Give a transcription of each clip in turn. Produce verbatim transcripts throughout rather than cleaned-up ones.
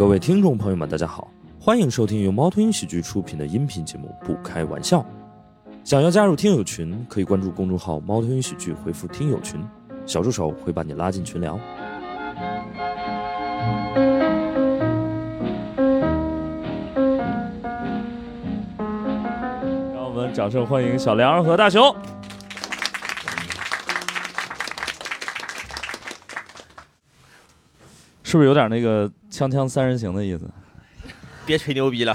各位听众朋友们大家好，欢迎收听由猫头鹰喜剧出品的音频节目不开玩笑。想要加入听友群，可以关注公众号猫头鹰喜剧，回复听友群，小助手会把你拉进群聊。让我们掌声欢迎小梁和大熊。是不是有点那个锵锵三人行的意思？ 别吹牛逼了。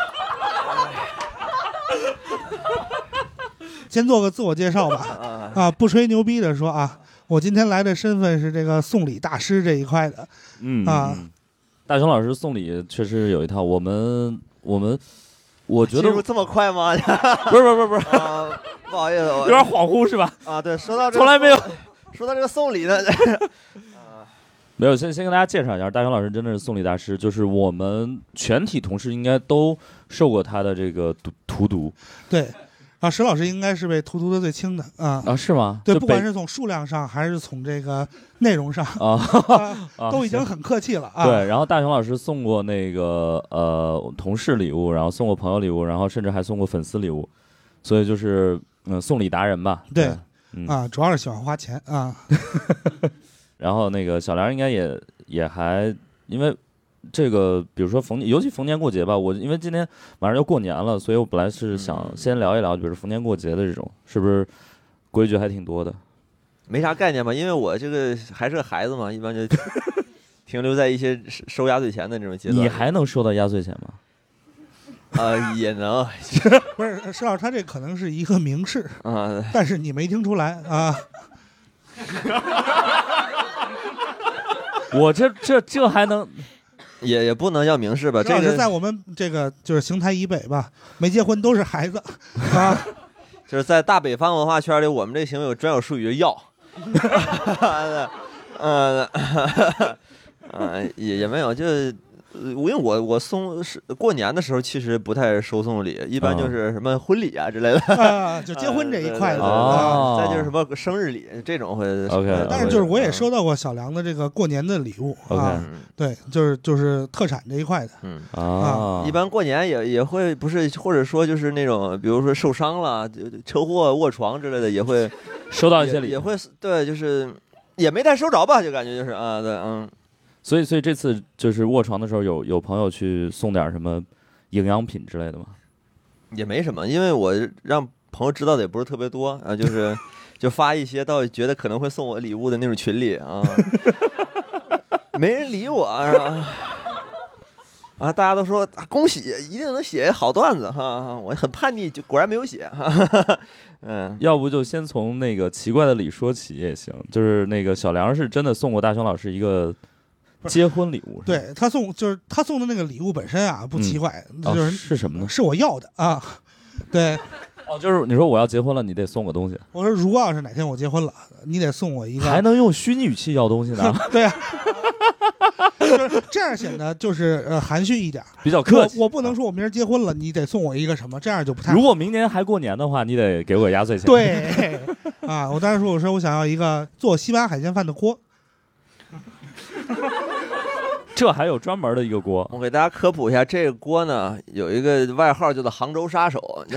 先做个自我介绍吧。啊，不吹牛逼的说啊，我今天来的身份是这个送礼大师这一块的。 嗯啊， 大熊老师送礼确实有一套。我们我们，我觉得这么快吗？ 不是不是不是， 啊、不好意思， 有点恍惚是吧？ 啊，对，说到这从来没有说到这个送礼呢。 没有，先先跟大家介绍一下，大熊老师真的是送礼大师，就是我们全体同事应该都受过他的这个荼毒。 对，啊，石老师应该是被荼毒的最轻的啊。 啊，是吗？ 对，不管是从数量上还是从这个内容上啊， 啊都已经很客气了啊。 对，然后大熊老师送过那个呃同事礼物，然后送过朋友礼物，然后甚至还送过粉丝礼物，所以就是嗯、呃、送礼达人吧。 对， 对嗯、 啊，主要是喜欢花钱啊。 然后那个小梁应该也也还因为这个，比如说逢尤其逢年过节吧，我因为今天马上要过年了，所以我本来是想先聊一聊，比如逢年过节的这种，是不是规矩还挺多的？ 没啥概念吧，因为我这个还是个孩子嘛，一般就停留在一些收压岁钱的这种阶段。 你还能收到压岁钱吗？ 啊、呃，也能。 不是，石老师，他这可能是一个明示啊， 但是你没听出来啊。 我这这这还能， 也也不能叫明示吧。这个在我们这个就是邢台以北吧，没结婚都是孩子啊。 就是在大北方文化圈里，我们这行为有专有术语要。嗯，嗯，也也没有，就因为我我送是过年的时候，其实不太收送礼，一般就是什么婚礼啊之类的， 啊，就结婚这一块的。 啊， 再就是什么生日礼这种会。 OK， 但是就是我也收到过小梁的这个过年的礼物啊，对，就是就是特产这一块的。 嗯啊， 一般过年也也会不是，或者说就是那种，比如说受伤了、车祸卧床之类的，也会收到一些礼， 也会对，就是也没太收着吧，就感觉就是啊，对，嗯。 所以，所以这次就是卧床的时候有，有有朋友去送点什么营养品之类的吗？ 也没什么，因为我让朋友知道的也不是特别多啊，就是就发一些到觉得可能会送我礼物的那种群里啊，没人理我啊，啊，大家都说、啊、恭喜，一定能写好段子哈，我很叛逆，就果然没有写哈。嗯， 要不就先从那个奇怪的礼说起也行，就是那个小梁是真的送过大熊老师一个结婚礼物， 对他送就是他送的那个礼物本身啊不奇怪， 嗯、 就是、 哦、是什么呢？ 是我要的啊，对， 哦，就是你说我要结婚了，你得送个东西。 我说如果要是哪天我结婚了，你得送我一个， 还能用虚拟语气要东西呢？ 对啊，就是这样显得就是呃含蓄一点， 比较客气。 我, 我不能说我明儿结婚了，你得送我一个什么，这样就不太好。 如果明年还过年的话，你得给我压岁钱。 对，啊，我当时说我说我想要一个做西班牙海鲜饭的锅。 这还有专门的一个锅， 我给大家科普一下，这个锅呢有一个外号叫做杭州杀手。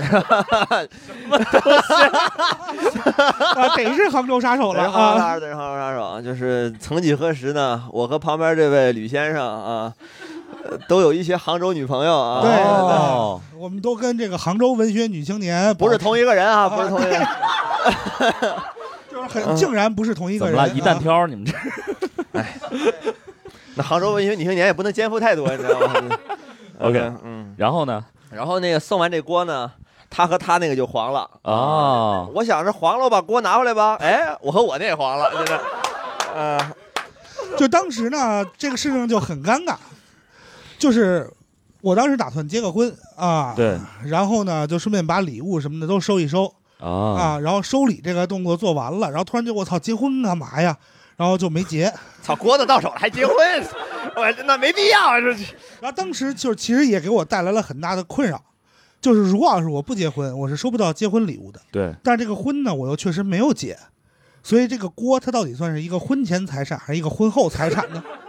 啊，得是杭州杀手了啊！ 得是杭州杀手，就是曾几何时呢，我和旁边这位吕先生啊，都有一些杭州女朋友啊。 对， 哦、 对我们都跟这个杭州文学女青年不是同一个人啊，不是同一个人。 就是很竟然不是同一个人。 怎么了？一弹挑、啊、你们这？ 哎。那杭州文学女青年也不能肩负太多，你知道吗 ？OK， 嗯， 然后呢？ 然后那个送完这锅呢，他和他那个就黄了啊、哦。 我想是黄了，我把锅拿回来吧。哎，我和我那也黄了，真的。呃， 就当时呢，这个事情就很尴尬，就是我当时打算结个婚啊， 对， 然后呢，就顺便把礼物什么的都收一收啊， 啊，然后收礼这个动作做完了，然后突然就我操，结婚干嘛呀？然后就没结， 操，锅子到手了还结婚，我真的没必要啊！这， 然后当时就是其实也给我带来了很大的困扰，就是如果要是我不结婚，我是收不到结婚礼物的。 对， 但是这个婚呢，我又确实没有结，所以这个锅它到底算是一个婚前财产还是一个婚后财产呢？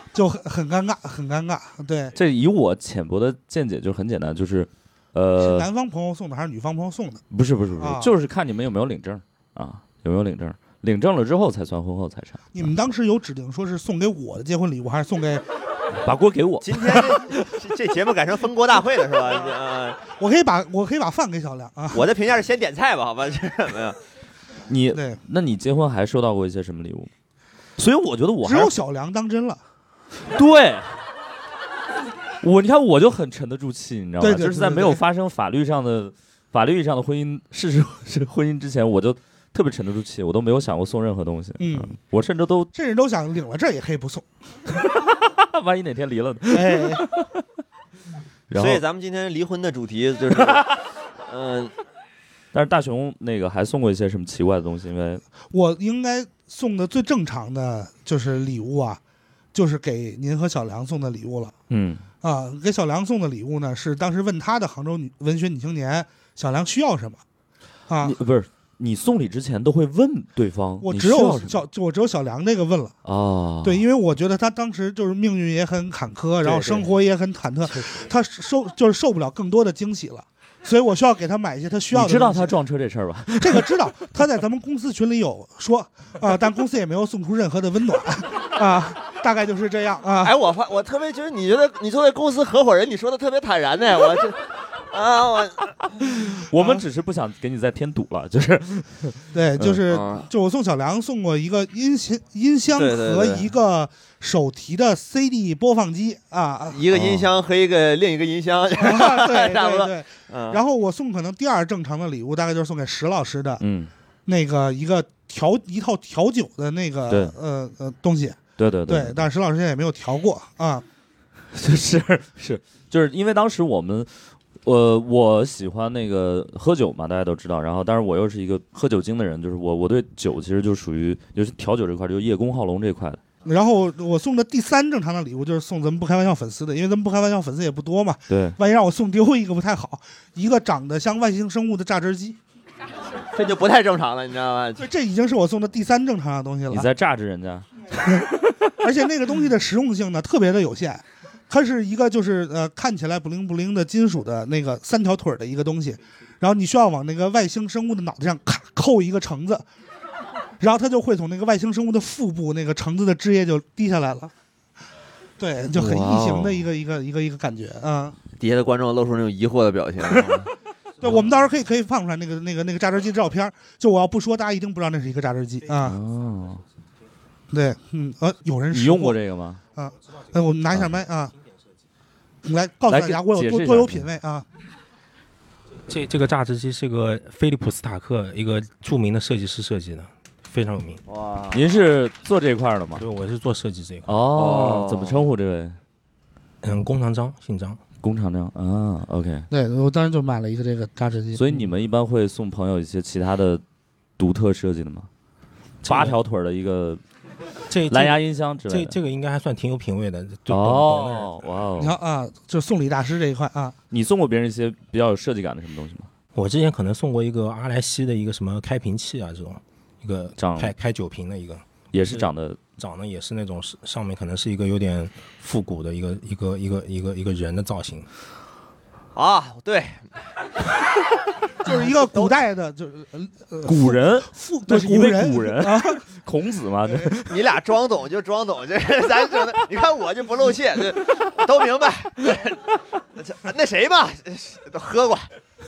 就很很尴尬，很尴尬。对， 这以我浅薄的见解就很简单，就是呃， 是男方朋友送的还是女方朋友送的？ 不是不是不是， 啊、 就是看你们有没有领证啊，有没有领证，领证了之后才算婚后财产。 你们当时有指定说是送给我的结婚礼物，还是送给？ 把锅给我。 今天这这节目改成分锅大会了是吧？呃， 我可以把我可以把饭给小梁啊。 我的评价是先点菜吧，好吧？这没有。 你对， 那你结婚还收到过一些什么礼物？所以我觉得我还只有小梁当真了。 对。我你看我就很沉得住气，你知道吗？ 对对对对就是在没有发生法律上的法律意义上的婚姻事实是婚姻之前，我就特别沉得住气，我都没有想过送任何东西。 嗯， 嗯我甚至都甚至都想领了这也可以不送。 万一哪天离了呢？ 哎， 然后所以咱们今天离婚的主题就是，嗯、呃， 但是大雄那个还送过一些什么奇怪的东西？因为我应该送的最正常的就是礼物啊，就是给您和小梁送的礼物了。 嗯啊，给小梁送的礼物呢是当时问他的杭州女文学女青年小梁需要什么啊？ 你不是你送礼之前都会问对方， 我只有小就我只有小梁这个问了啊。 对，因为我觉得他当时就是命运也很坎坷，然后生活也很忐忑，他受就是受不了更多的惊喜了。所以我需要给他买一些他需要的。 你知道他撞车这事儿吧？ 这个知道，他在咱们公司群里有说啊、呃，但公司也没有送出任何的温暖啊，大概就是这样啊。 哎，我发我特别觉得，你觉得你作为公司合伙人，你说的特别坦然呢，我这。啊，我我们只是不想给你再添堵了，就是对，就是、 嗯、 就我送小梁送过一个音箱音箱和一个手提的 C D 播放机啊， 一个音箱和一个、哦、另一个音箱， 啊、对差不多。 对对、 嗯。 然后我送可能第二正常的礼物，大概就是送给石老师的， 嗯， 那个一个调一套调酒的那个呃呃东西。 对对 对, 对，但是石老师现在也没有调过啊。 是是，就是因为当时我们。呃，我喜欢那个喝酒嘛，大家都知道。然后，但是我又是一个喝酒精的人，就是我我对酒其实就属于就是调酒这块，就是叶公好龙这块的。 然后我送的第三正常的礼物就是送咱们不开玩笑粉丝的，因为咱们不开玩笑粉丝也不多嘛。 对。 万一让我送丢一个不太好，一个长得像外星生物的榨汁机， 这就不太正常了，你知道吗？ 这已经是我送的第三正常的东西了。 你在榨汁人家， 而且那个东西的实用性呢特别的有限。它是一个就是呃看起来不灵不灵的金属的那个三条腿的一个东西，然后你需要往那个外星生物的脑袋上咔扣一个橙子，然后它就会从那个外星生物的腹部那个橙子的汁液就滴下来了，对，就很异形的一个一个一个一个感觉啊。 底下的观众露出那种疑惑的表情。 对，我们到时候可以可以放出来那个那个那个榨汁机照片，就我要不说，大家一定不知道那是一个榨汁机啊。 哦， 对，嗯呃，有人你用过这个吗？ 啊，呃，我们拿一下麦啊。你来告诉大家，我有多多有品位啊！ 这这个榨汁机是个菲利普斯塔克一个著名的设计师设计的，非常有名。 哇，您是做这一块的吗？ 对，我是做设计这一块。 哦，怎么称呼这位？ 嗯，工长张，姓张。 工长张啊 ，OK。 对，我当时就买了一个这个榨汁机。 所以你们一般会送朋友一些其他的独特设计的吗？八条腿的一个。 这蓝牙音箱之类的， 这这个应该还算挺有品位的。 哦，哇哦！ 你看啊，就送礼大师这一块啊， 你送过别人一些比较有设计感的什么东西吗？ 我之前可能送过一个阿莱西的一个什么开瓶器啊，这种一个开开酒瓶的一个， 也是长得长得也是那种上面可能是一个有点复古的一个一个一个一个一个人的造型。 啊，对， 就是一个古代的，就是呃古人， 富那是一位古人啊， 孔子嘛。 你俩装懂就装懂，这咱整的，你看我就不露怯，这都明白。那谁吧，都喝过。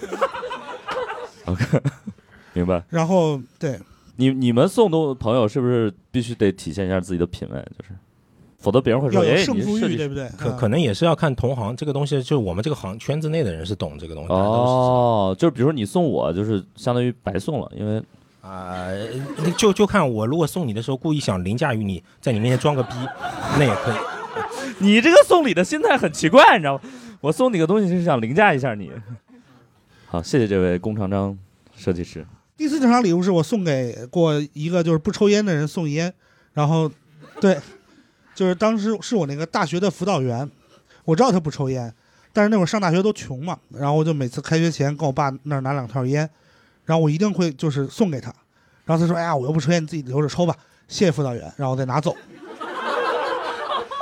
OK， 明白。 然后对你你们送的朋友是不是必须得体现一下自己的品味？就是。否则别人会说：“哎， 胜负欲，对不对？” 可可能也是要看同行，这个东西就是我们这个行圈子内的人是懂这个东西。 哦，就是比如说你送我，就是相当于白送了，因为啊、呃，就就看我如果送你的时候故意想凌驾于你，在你面前装个逼，那也可以。 你这个送礼的心态很奇怪，你知道吗？我送你个东西是想凌驾一下你。好，谢谢这位龚长张设计师。 第四正常礼物是我送给过一个就是不抽烟的人送烟，然后对。就是当时是我那个大学的辅导员，我知道他不抽烟，但是那会儿上大学都穷嘛，然后我就每次开学前跟我爸那儿拿两条烟，然后我一定会就是送给他，然后他说：“哎呀，我又不抽烟，你自己留着抽吧，谢谢辅导员。”然后我再拿走。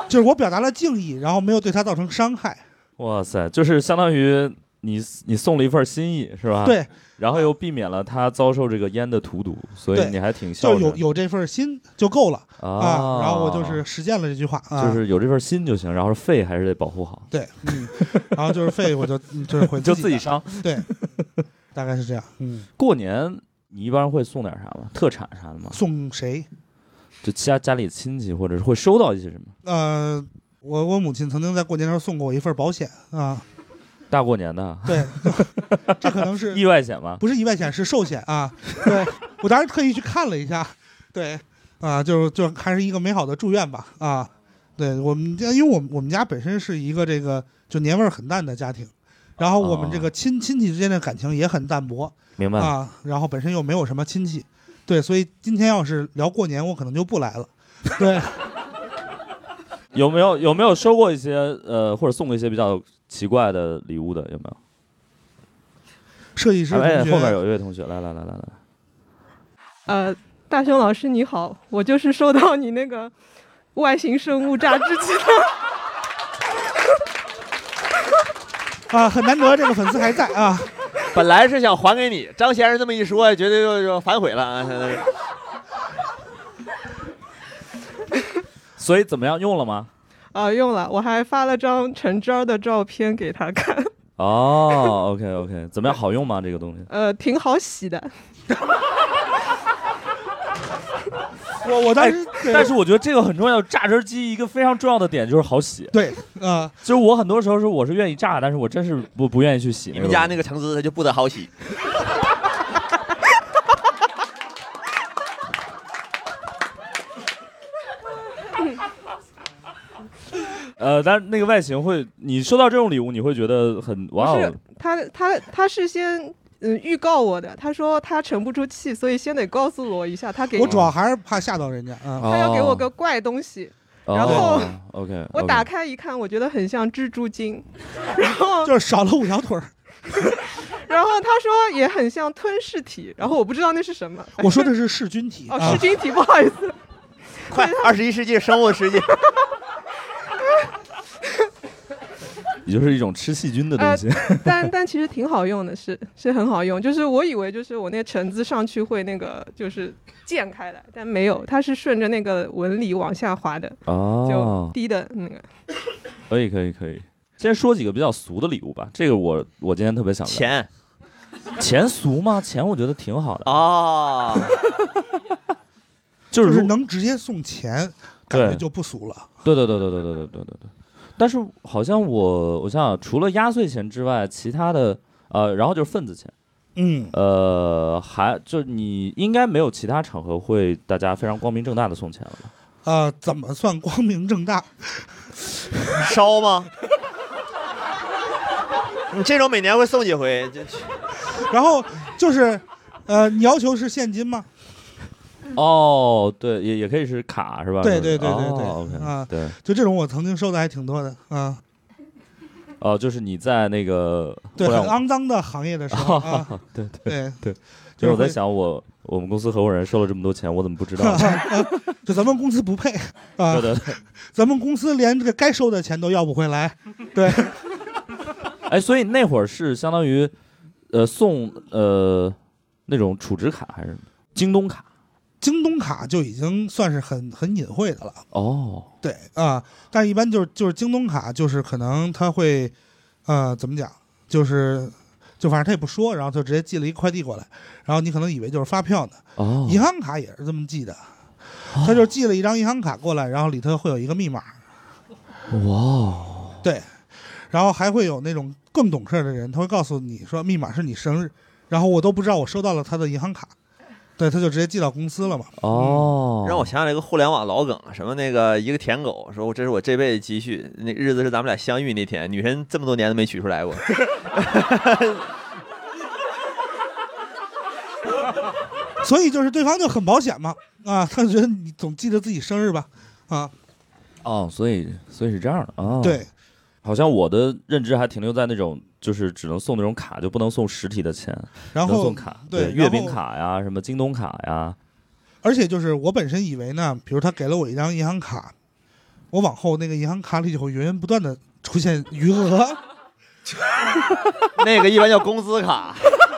就是我表达了敬意，然后没有对他造成伤害。 哇塞，就是相当于你你送了一份心意是吧？ 对， 然后又避免了他遭受这个烟的荼毒，所以你还挺孝顺， 就有有这份心就够了、 啊, 啊。然后我就是实践了这句话，啊、 就是有这份心就行，然后肺还是得保护好。 对，嗯，然后就是肺我就就是会就自己伤， 对，大概是这样。嗯， 过年你一般会送点啥吗？特产啥的吗？ 送谁？ 就家家里亲戚，或者是会收到一些什么？ 呃，我我母亲曾经在过年的时候送过我一份保险啊。 大过年的， 对，这可能是意外险吗？ 不是意外险，是寿险啊。对，我当时特意去看了一下，对，啊，就就还是一个美好的祝愿吧，啊，对我们家，因为我们我们家本身是一个这个就年味儿很淡的家庭，然后我们这个亲亲戚之间的感情也很淡薄， 明白啊，然后本身又没有什么亲戚，对，所以今天要是聊过年，我可能就不来了，对。 有没有有没有收过一些呃，或者送过一些比较奇怪的礼物的？有没有？ 设计师同学， 哎，后面有一位同学，来来来来来。 呃，大雄老师你好，我就是收到你那个外星生物榨汁机的。啊，很难得这个粉丝还在啊。 本来是想还给你，张先生这么一说，绝对就就反悔了啊。 所以怎么样，用了吗？ 啊、呃，用了，我还发了张陈真的照片给他看。 哦 ，OK OK， 怎么样，好用吗？这个东西？ 呃，挺好洗的。 我我当时、 哎，但是我觉得这个很重要。榨汁机一个非常重要的点就是好洗。 对，啊、呃， 就是我很多时候是我是愿意榨，但是我真是不不愿意去洗。 你们家那个橙汁它就不得好洗。 呃，但是那个外形会，你收到这种礼物，你会觉得很哇哦。 他他他是先嗯预告我的，他说他沉不住气，所以先得告诉我一下，他给我主要还是怕吓到人家啊、 嗯。他要给我个怪东西， 哦、 然后、 哦、OK， 我打开一看，我觉得很像蜘蛛精，然后就是少了五条腿儿。 然后他说也很像吞噬体，然后我不知道那是什么。 我说的是噬菌体。 哦，噬菌体，不好意思。 快，二十一世纪生物世纪。 也就是一种吃细菌的东西， 呃、但但其实挺好用的，是是很好用。就是我以为就是我那橙子上去会那个就是溅开来，但没有，它是顺着那个纹理往下滑的， 哦， 就低的那个。 可以可以可以，先说几个比较俗的礼物吧。这个我我今天特别想聊。 钱， 钱俗吗？钱我觉得挺好的哦， 就是、 就是能直接送钱，感觉就不俗了。 对对对对对对对对对对。但是好像我我想想，除了压岁钱之外，其他的呃，然后就是份子钱， 嗯， 呃，还就你应该没有其他场合会大家非常光明正大的送钱了吧？ 呃，怎么算光明正大？ 烧吗？你这种每年会送几回？就然后就是，呃，你要求是现金吗？ 哦，对，也也可以是卡是吧？ 对对对对对， 哦、OK 啊， 对， 就这种我曾经收的还挺多的啊。 哦，就是你在那个对很肮脏的行业的时候啊， 对对对，就是我在想我我们公司合伙人收了这么多钱，我怎么不知道？ 就咱们公司不配啊， 对对对， 咱们公司连这个该收的钱都要不回来，对。 哎，所以那会儿是相当于，呃，送呃那种储值卡还是京东卡？ 京东卡就已经算是很很隐晦的了。 哦， 对啊，但一般就是就是京东卡，就是可能他会，呃，怎么讲，就是就反正他也不说，然后就直接寄了一快递过来，然后你可能以为就是发票呢。 哦， 银行卡也是这么寄的，他就寄了一张银行卡过来，然后里头会有一个密码。 哇， 对，然后还会有那种更懂事的人，他会告诉你说密码是你生日，然后我都不知道我收到了他的银行卡。对，他就直接寄到公司了嘛。 哦， 让我想起来一个互联网老梗，什么那个一个舔狗说，这是我这辈子积蓄，那日子是咱们俩相遇那天，女神这么多年都没取出来过。 所以就是对方就很保险嘛，啊，他就觉得你总记得自己生日吧，啊。 哦，所以所以是这样的啊。哦、 对， 好像我的认知还停留在那种。就是只能送那种卡，就不能送实体的钱， 然后能送卡， 对， 对阅兵卡呀，什么京东卡呀。 而且就是我本身以为呢，比如他给了我一张银行卡， 我往后那个银行卡里就会源源不断的出现余额。 那个一般叫工资卡。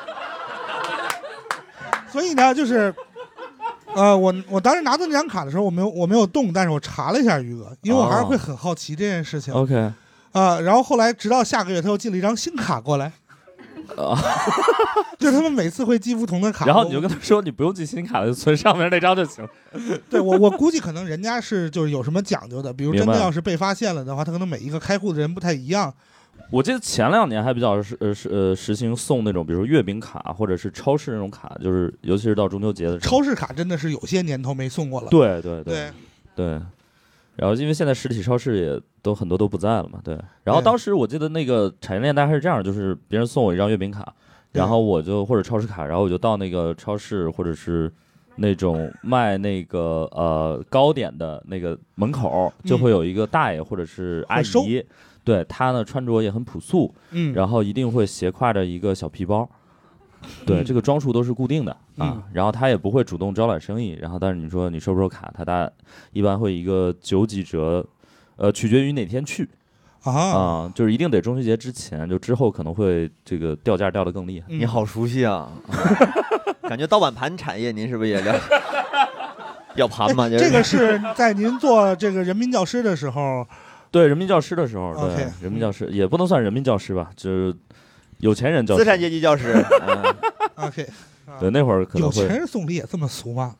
所以呢，就是，呃，我我当时拿到那张卡的时候，我没有我没有动，但是我查了一下余额，因为我还是会很好奇这件事情。 OK， 啊、呃，然后后来直到下个月，他又寄了一张新卡过来，啊，就是他们每次会寄不同的卡， 然后你就跟他说，你不用寄新卡，就存上面那张就行。 对我我估计可能人家是就是有什么讲究的，比如真的要是被发现了的话，他可能每一个开户的人不太一样。 我记得前两年还比较是呃是呃实行送那种，比如说月饼卡或者是超市那种卡，就是尤其是到中秋节的时候。 超市卡真的是有些年头没送过了。 对对对对。然后因为现在实体超市也都很多都不在了嘛，对。然后当时我记得那个产业链大概是这样，就是别人送我一张月饼卡，然后我就或者超市卡，然后我就到那个超市或者是那种卖那个呃糕点的那个门口，就会有一个大爷或者是阿姨。嗯，对，他呢穿着也很朴素， 嗯， 然后一定会斜挎着一个小皮包，对，嗯、这个装束都是固定的啊， 嗯、 然后他也不会主动招揽生意，然后但是你说你收不收卡，他大一般会一个九几折，呃，取决于哪天去啊， 啊，就是一定得中秋节之前，就之后可能会这个掉价掉得更厉害。 嗯、你好熟悉啊，感觉盗版盘产业您是不是也了？要盘吗？ 这个是在您做这个人民教师的时候。 对，人民教师的时候，对， okay, 人民教师也不能算人民教师吧，就是有钱人教师， 资产阶级教师。 嗯、OK， 对，那会儿可能会有钱人送礼也这么俗吗？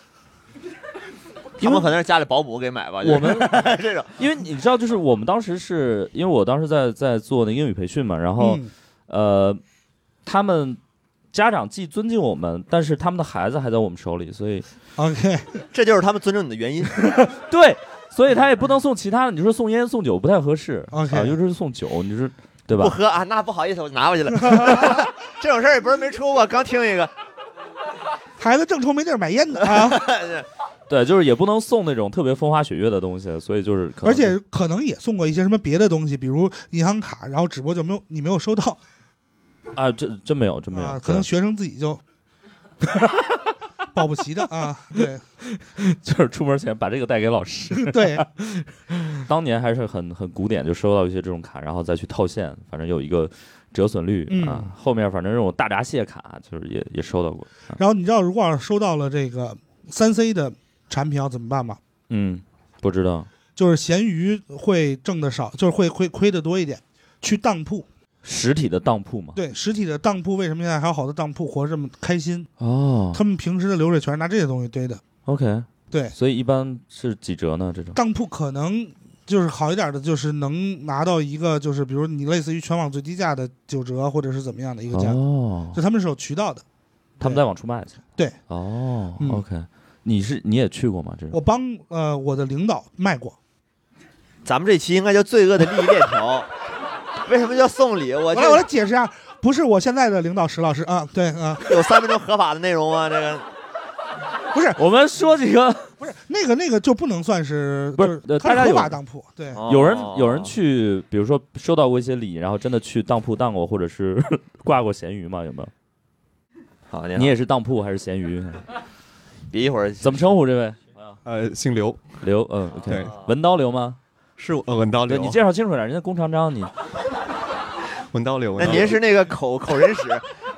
他们可能是家里保姆给买吧。就是、 我们这种， 因为你知道，就是我们当时是因为我当时在在做那英语培训嘛，然后、 嗯、 呃，他们家长既尊敬我们，但是他们的孩子还在我们手里，所以 OK， 这就是他们尊重你的原因。 对。所以他也不能送其他的，你说送烟送酒不太合适 ，OK， 啊，尤其是送酒，你说对吧？ 不喝啊，那不好意思，我拿回去了。这种事儿也不是没出过，刚听一个， 孩子正愁没地儿买烟呢啊。 对，就是也不能送那种特别风花雪月的东西，所以就是可能， 而且可能也送过一些什么别的东西，比如银行卡，然后只不过就没有你没有收到啊，这真没有，真没有， 啊、可能学生自己就。保不齐的啊，对， 就是出门前把这个带给老师。 对， 当年还是很很古典，就收到一些这种卡，然后再去套现，反正有一个折损率、 嗯、 啊。后面反正这种大闸蟹卡，就是也也收到过。 啊、然后你知道，如果要是收到了这个三 C 的产品要怎么办吗？ 嗯，不知道。 就是闲鱼会挣的少，就是会会亏的多一点，去当铺。 实体的当铺嘛， 对，实体的当铺为什么现在还有好多当铺活这么开心？ 哦， 他们平时的流水全是拿这些东西堆的。 OK， 对， 所以一般是几折呢？这种当铺可能就是好一点的，就是能拿到一个，就是比如你类似于全网最低价的九折，或者是怎么样的一个价， 哦， 就他们是有渠道的， 他们在往出卖去。 对， 哦、 嗯、 ，OK， 你是你也去过吗？这种我帮呃我的领导卖过。 咱们这期应该叫罪恶的利益链条。为什么叫送礼？我来我来解释一下，不是我现在的领导石老师啊，对啊， 有三分钟合法的内容吗？这个不是， 我们说几个， 不是那个那个就不能算是， 不是， 就是他是合法当铺，对， 哦、有人有人去，比如说收到过一些礼，然后真的去当铺当过，或者是挂过咸鱼吗？有没有？ 好， 你也是当铺还是咸鱼？ 别一会儿怎么称呼这位？ 呃，姓刘， 刘，嗯 ，OK， 对， 文刀刘吗？ 是呃文刀刘， 对你介绍清楚点，人家弓长张你。 文刀刘， 那您是那个口口人史？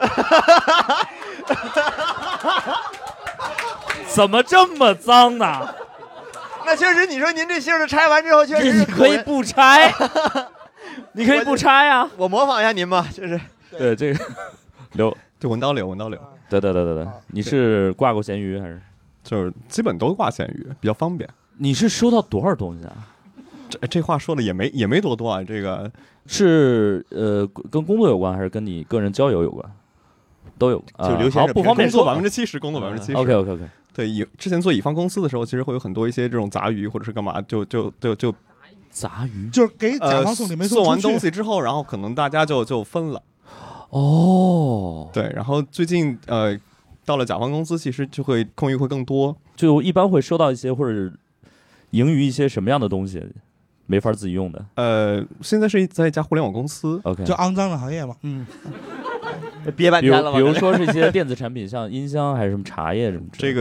怎么这么脏呢？ 那确实，你说您这姓儿拆完之后，确实是可以不拆，你可以不拆呀、啊。 我模仿一下您吧，就是对这个刘， 对文刀刘，文刀刘， 对对对对对，你是挂过咸鱼还是？ 就是基本都挂咸鱼，比较方便。 你是收到多少东西啊？ 这这话说的也没也没多多啊，这个是呃跟工作有关，还是跟你个人交友有关？都有， 就刘先生、 啊、不方便说百分之七十，工作百分之七十。 OK OK OK。 对，以之前做乙方公司的时候，其实会有很多一些这种杂鱼或者是干嘛，就就就就杂鱼， 就是给甲方送礼没送出去、 呃、送完东西之后，然后可能大家就就分了。 哦， 对，然后最近呃到了甲方公司，其实就会空余会更多， 就一般会收到一些或者盈余一些什么样的东西？没法自己用的。 呃，现在是在一家互联网公司 ，OK， 就肮脏的行业嘛，嗯。 憋半天了比如，比如说是一些电子产品，像音箱还是什么茶叶什么之类的。 这个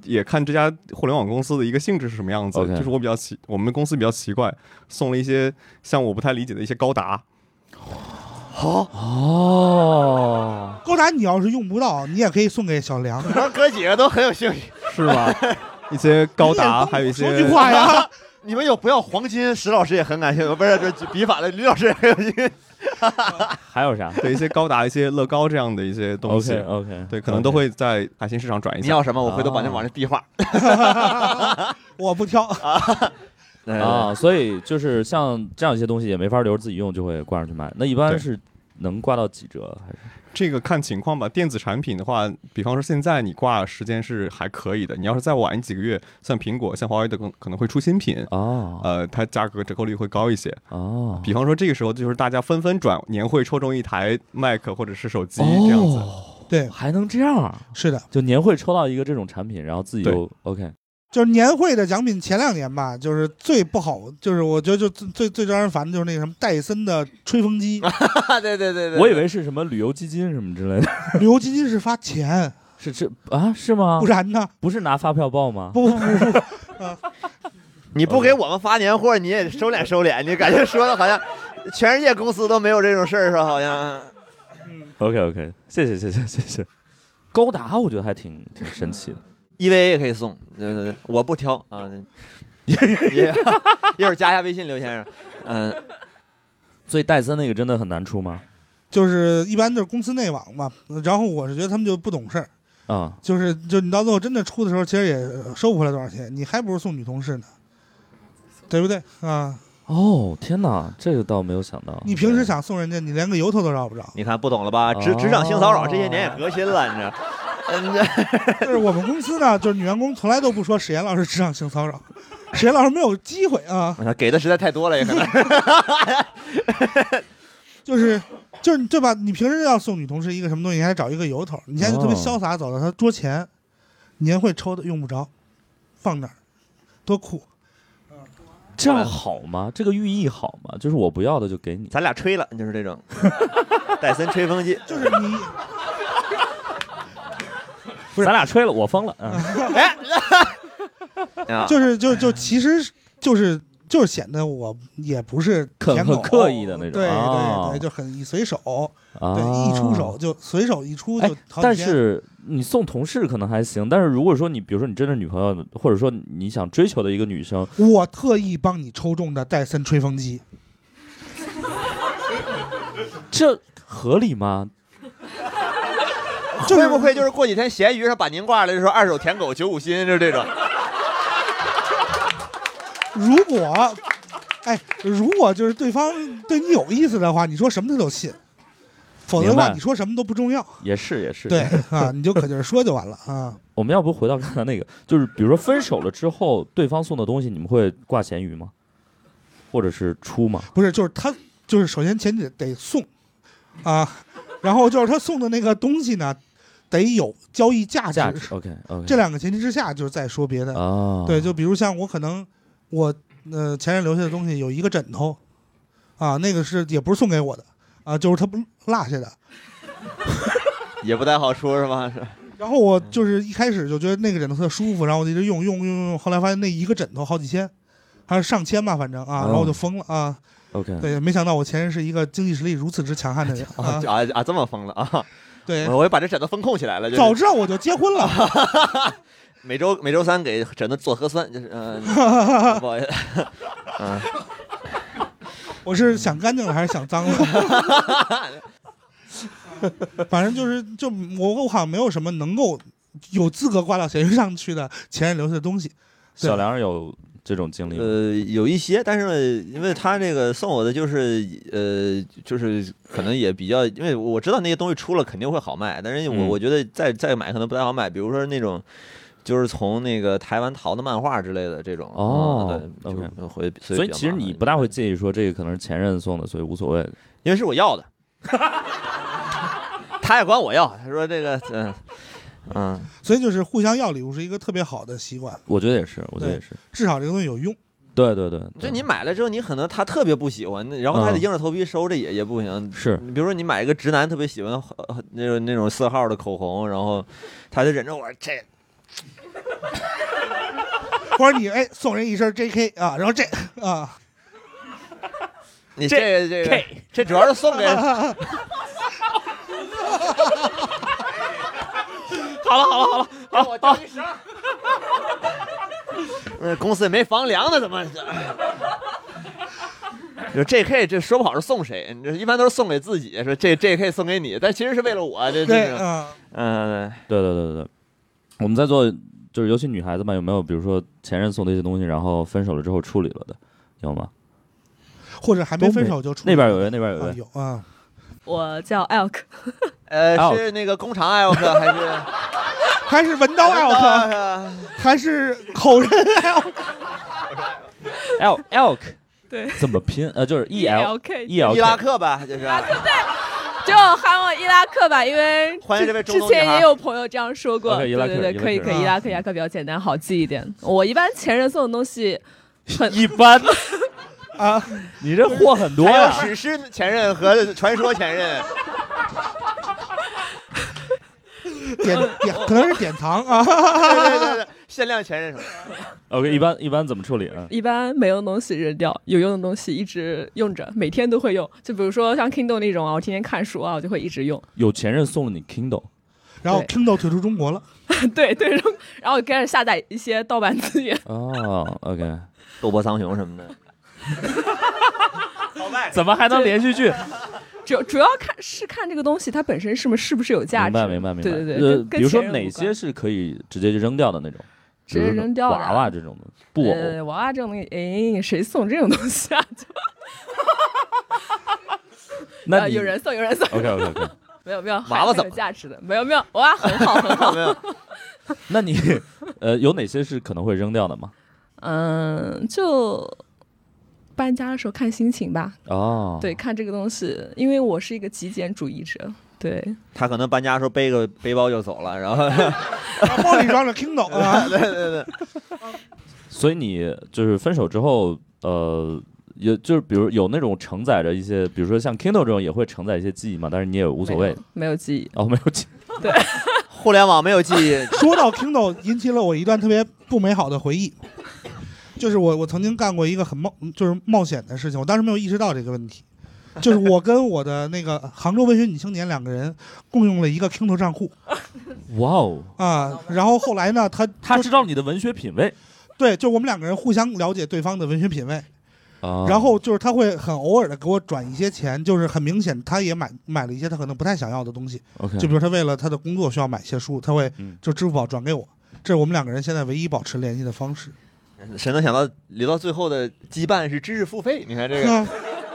也看这家互联网公司的一个性质是什么样子。 Okay. 就是我比较奇，我们公司比较奇怪，送了一些像我不太理解的一些高达。 好哦， 高达你要是用不到，你也可以送给小梁。 哥几个都很有兴趣， 是吧？一些高达，还有一些说句话呀。 你们有不要黄金？石老师也很感兴趣，不是这笔法的吕老师也很有兴趣。 还有啥？ 对，一些高达、一些乐高这样的一些东西。 OK OK， 对，可能都会在海信市场转一下。 你要什么，我回头把那往那壁画。 我不挑啊。 啊，所以就是像这样一些东西也没法留着自己用，就会挂上去卖。那一般是能挂到几折？还是这个看情况吧。电子产品的话，比方说现在你挂时间是还可以的，你要是再晚几个月，像苹果、像华为的可能会出新品哦， 呃，它价格折扣率会高一些哦。 比方说这个时候就是大家纷纷转年会抽中一台 Mac 或者是手机这样子。 哦、 对， 还能这样？ 是的， 就年会抽到一个这种产品，然后自己就 OK。 就是年会的奖品，前两年吧，就是最不好，就是我觉得就最最最招人烦的就是那个什么戴森的吹风机。 对对对对， 我以为是什么旅游基金什么之类的。 旅游基金是发钱， 是这啊？是吗？ 不然呢？ 不是拿发票报吗？ 不不不不，啊， 你不给我们发年货，你也收敛收敛，你感觉说的好像全世界公司都没有这种事儿，是吧？好像。 嗯 OK OK， 谢谢谢谢谢谢。高达我觉得还挺挺神奇的。 E V A 也可以送，对对对，我不挑啊。一会儿加一下微信，刘先生。嗯， 所以戴森那个真的很难出吗？ 就是一般就是公司内网嘛，然后我是觉得他们就不懂事儿啊， 就是就你到最后真的出的时候，其实也收不回来多少钱，你还不如送女同事呢，对不对啊？ 哦，天哪，这个倒没有想到。 你平时想送人家，你连个由头都绕不着。 你看不懂了吧？职职场性骚扰这些年也革新了，你知道。嗯， 就是我们公司呢，就是女员工从来都不说史岩老师职场性骚扰，史岩老师没有机会啊， 给的实在太多了，也可能。 就是就是对吧？你平时要送女同事一个什么东西，你还得找一个由头。你现在就特别潇洒，走到她桌前，年会抽的用不着，放那儿，多酷。 这样好吗？这个寓意好吗？就是我不要的就给你， 咱俩吹了，就是这种戴森吹风机， 就是你。 不是，咱俩吹了，我疯了。嗯、 哎，就是就就其实就是就是显得我也不是很很刻意的那种， 对哦、 对对，就很一随手， 啊、 对，一出手就随手一出就好几天。 但是你送同事可能还行，但是如果说你比如说你真的女朋友，或者说你想追求的一个女生， 我特意帮你抽中的戴森吹风机， 这合理吗？ 会不会就是过几天闲鱼上把您挂了，就说二手舔狗九五新，就是这种？ 如果，哎，如果就是对方对你有意思的话，你说什么他都信；否则的话，你说什么都不重要。 也是也是。 对啊，你就可劲儿说就完了啊。 我们要不回到刚才那个，就是比如说分手了之后，对方送的东西，你们会挂闲鱼吗？或者是出吗？ 不是，就是他，就是首先前提得送啊，然后就是他送的那个东西呢。得有交易价值, 价值 OK OK， 这两个前提之下，就是再说别的。 哦、 对，就比如像我可能我呃前任留下的东西有一个枕头，啊，那个是也不是送给我的啊，就是他不落下的， 也不太好说是吧？是。 然后我就是一开始就觉得那个枕头特舒服，然后我就一直用用用用，后来发现那一个枕头好几千，还是上千吧，反正啊，然后我就疯了啊。 OK， 对，没想到我前任是一个经济实力如此之强悍的人啊啊啊！这么疯了啊！ 对， 我也把这枕头风控起来了。就是、 早知道我就结婚了。 每周每周三给枕头做核酸，就是嗯，不好意思，嗯， 我是想干净了还是想脏了？反正就是就我我好像没有什么能够有资格挂到闲鱼上去的前任留下的东西。 小梁有这种经历吗？ 呃，有一些，但是因为他这个送我的就是呃，就是可能也比较，因为我知道那些东西出了肯定会好卖，但是我、嗯、我觉得再再买可能不太好买，比如说那种就是从那个台湾淘的漫画之类的这种。 哦， 对 ，OK， 会所以其实你不大会介意说这个可能是前任送的，所以无所谓， 因为是我要的，他也管我要，他说这个嗯。嗯， 所以就是互相要礼物是一个特别好的习惯。 我觉得也是，我觉得也是， 至少这个东西有用。 对对对， 就你买了之后，你可能他特别不喜欢，然后他得硬着头皮收着也、嗯、也不行。 是， 比如说你买一个直男特别喜欢那种那种色号的口红，然后他就忍着我这或者你哎送人一身 J K 啊，然后这啊， 你这个这个这主要是送给。 好了好了好了， 好，我交一声。呃，公司也没房粮呢，怎么？就 J K 这说不好是送谁，这一般都是送给自己，说这 J K 送给你，但其实是为了我。这这个，嗯， 对对对对对。我们在做，就是尤其女孩子嘛，有没有比如说前任送的一些东西，然后分手了之后处理了的，有吗？ 或者还没分手就处理了？ 那边有人，那边有人、 啊、有啊。 我叫 Elk， 呃，是那个工厂 Elk 还是还是文刀 Elk， 还是口人 Elk？Elk Elk 对， 怎么拼？呃，就是 E L K E L 伊拉克吧，就是。 对，就喊我伊拉克吧，因为欢迎这位中之东女孩前也有朋友这样说过。 okay, 对对对，可以可以，伊拉克伊拉克比较简单好记一点。我一般前任送的东西很一般。啊，你这货很多呀！ 还有史诗前任和传说前任， 典典可能是典藏啊， 对对对对，限量前任什么 ？OK， 一般一般怎么处理啊？ 一般没用的东西扔掉，有用的东西一直用着，每天都会用。就比如说像 Kindle 那种啊，我天天看书啊，我就会一直用。 有前任送了你 Kindle， 然后 Kindle 退出中国了， 对对，然后我开始下载一些盗版资源。 哦 ，OK， 斗波苍穹什么的。 怎么还能连续剧？ 主主要看是看这个东西它本身是不是是不是有价值。 明白明白明白。 对对对。 呃，比如说哪些是可以直接就扔掉的那种？ 直接扔掉的娃娃这种的布偶。 呃，娃娃这种东西，哎，谁送这种东西啊？就那、 呃、有人送，有人送。 OK OK OK。 没有没有， 娃娃怎么有价值的？没有没有，娃娃很好很好。 没有。 那你呃有哪些是可能会扔掉的吗？ 嗯，就。搬家的时候看心情吧。 哦， 对，看这个东西，因为我是一个极简主义者。对， 他可能搬家的时候背个背包就走了，然后包里装着 Kindle 啊。 对对对。 所以你就是分手之后，呃，也就是比如有那种承载着一些，比如说像 Kindle 这种也会承载一些记忆嘛，但是你也无所谓。 没有，没有记忆。 哦，没有记忆。 对， 互联网没有记忆。 说到 Kindle， 引起了我一段特别不美好的回忆。就是我，我曾经干过一个很冒，就是冒险的事情。我当时没有意识到这个问题，就是我跟我的那个杭州文学女青年两个人共用了一个 Kindle 账户。 哇哦！ 啊，然后后来呢，他他知道你的文学品味。 对，就我们两个人互相了解对方的文学品味。 啊。 然后就是他会很偶尔的给我转一些钱，就是很明显他也买买了一些他可能不太想要的东西。 OK。 就比如他为了他的工作需要买一些书，他会就支付宝转给我。这是我们两个人现在唯一保持联系的方式。 谁能想到留到最后的羁绊是知识付费？你看这个。 啊、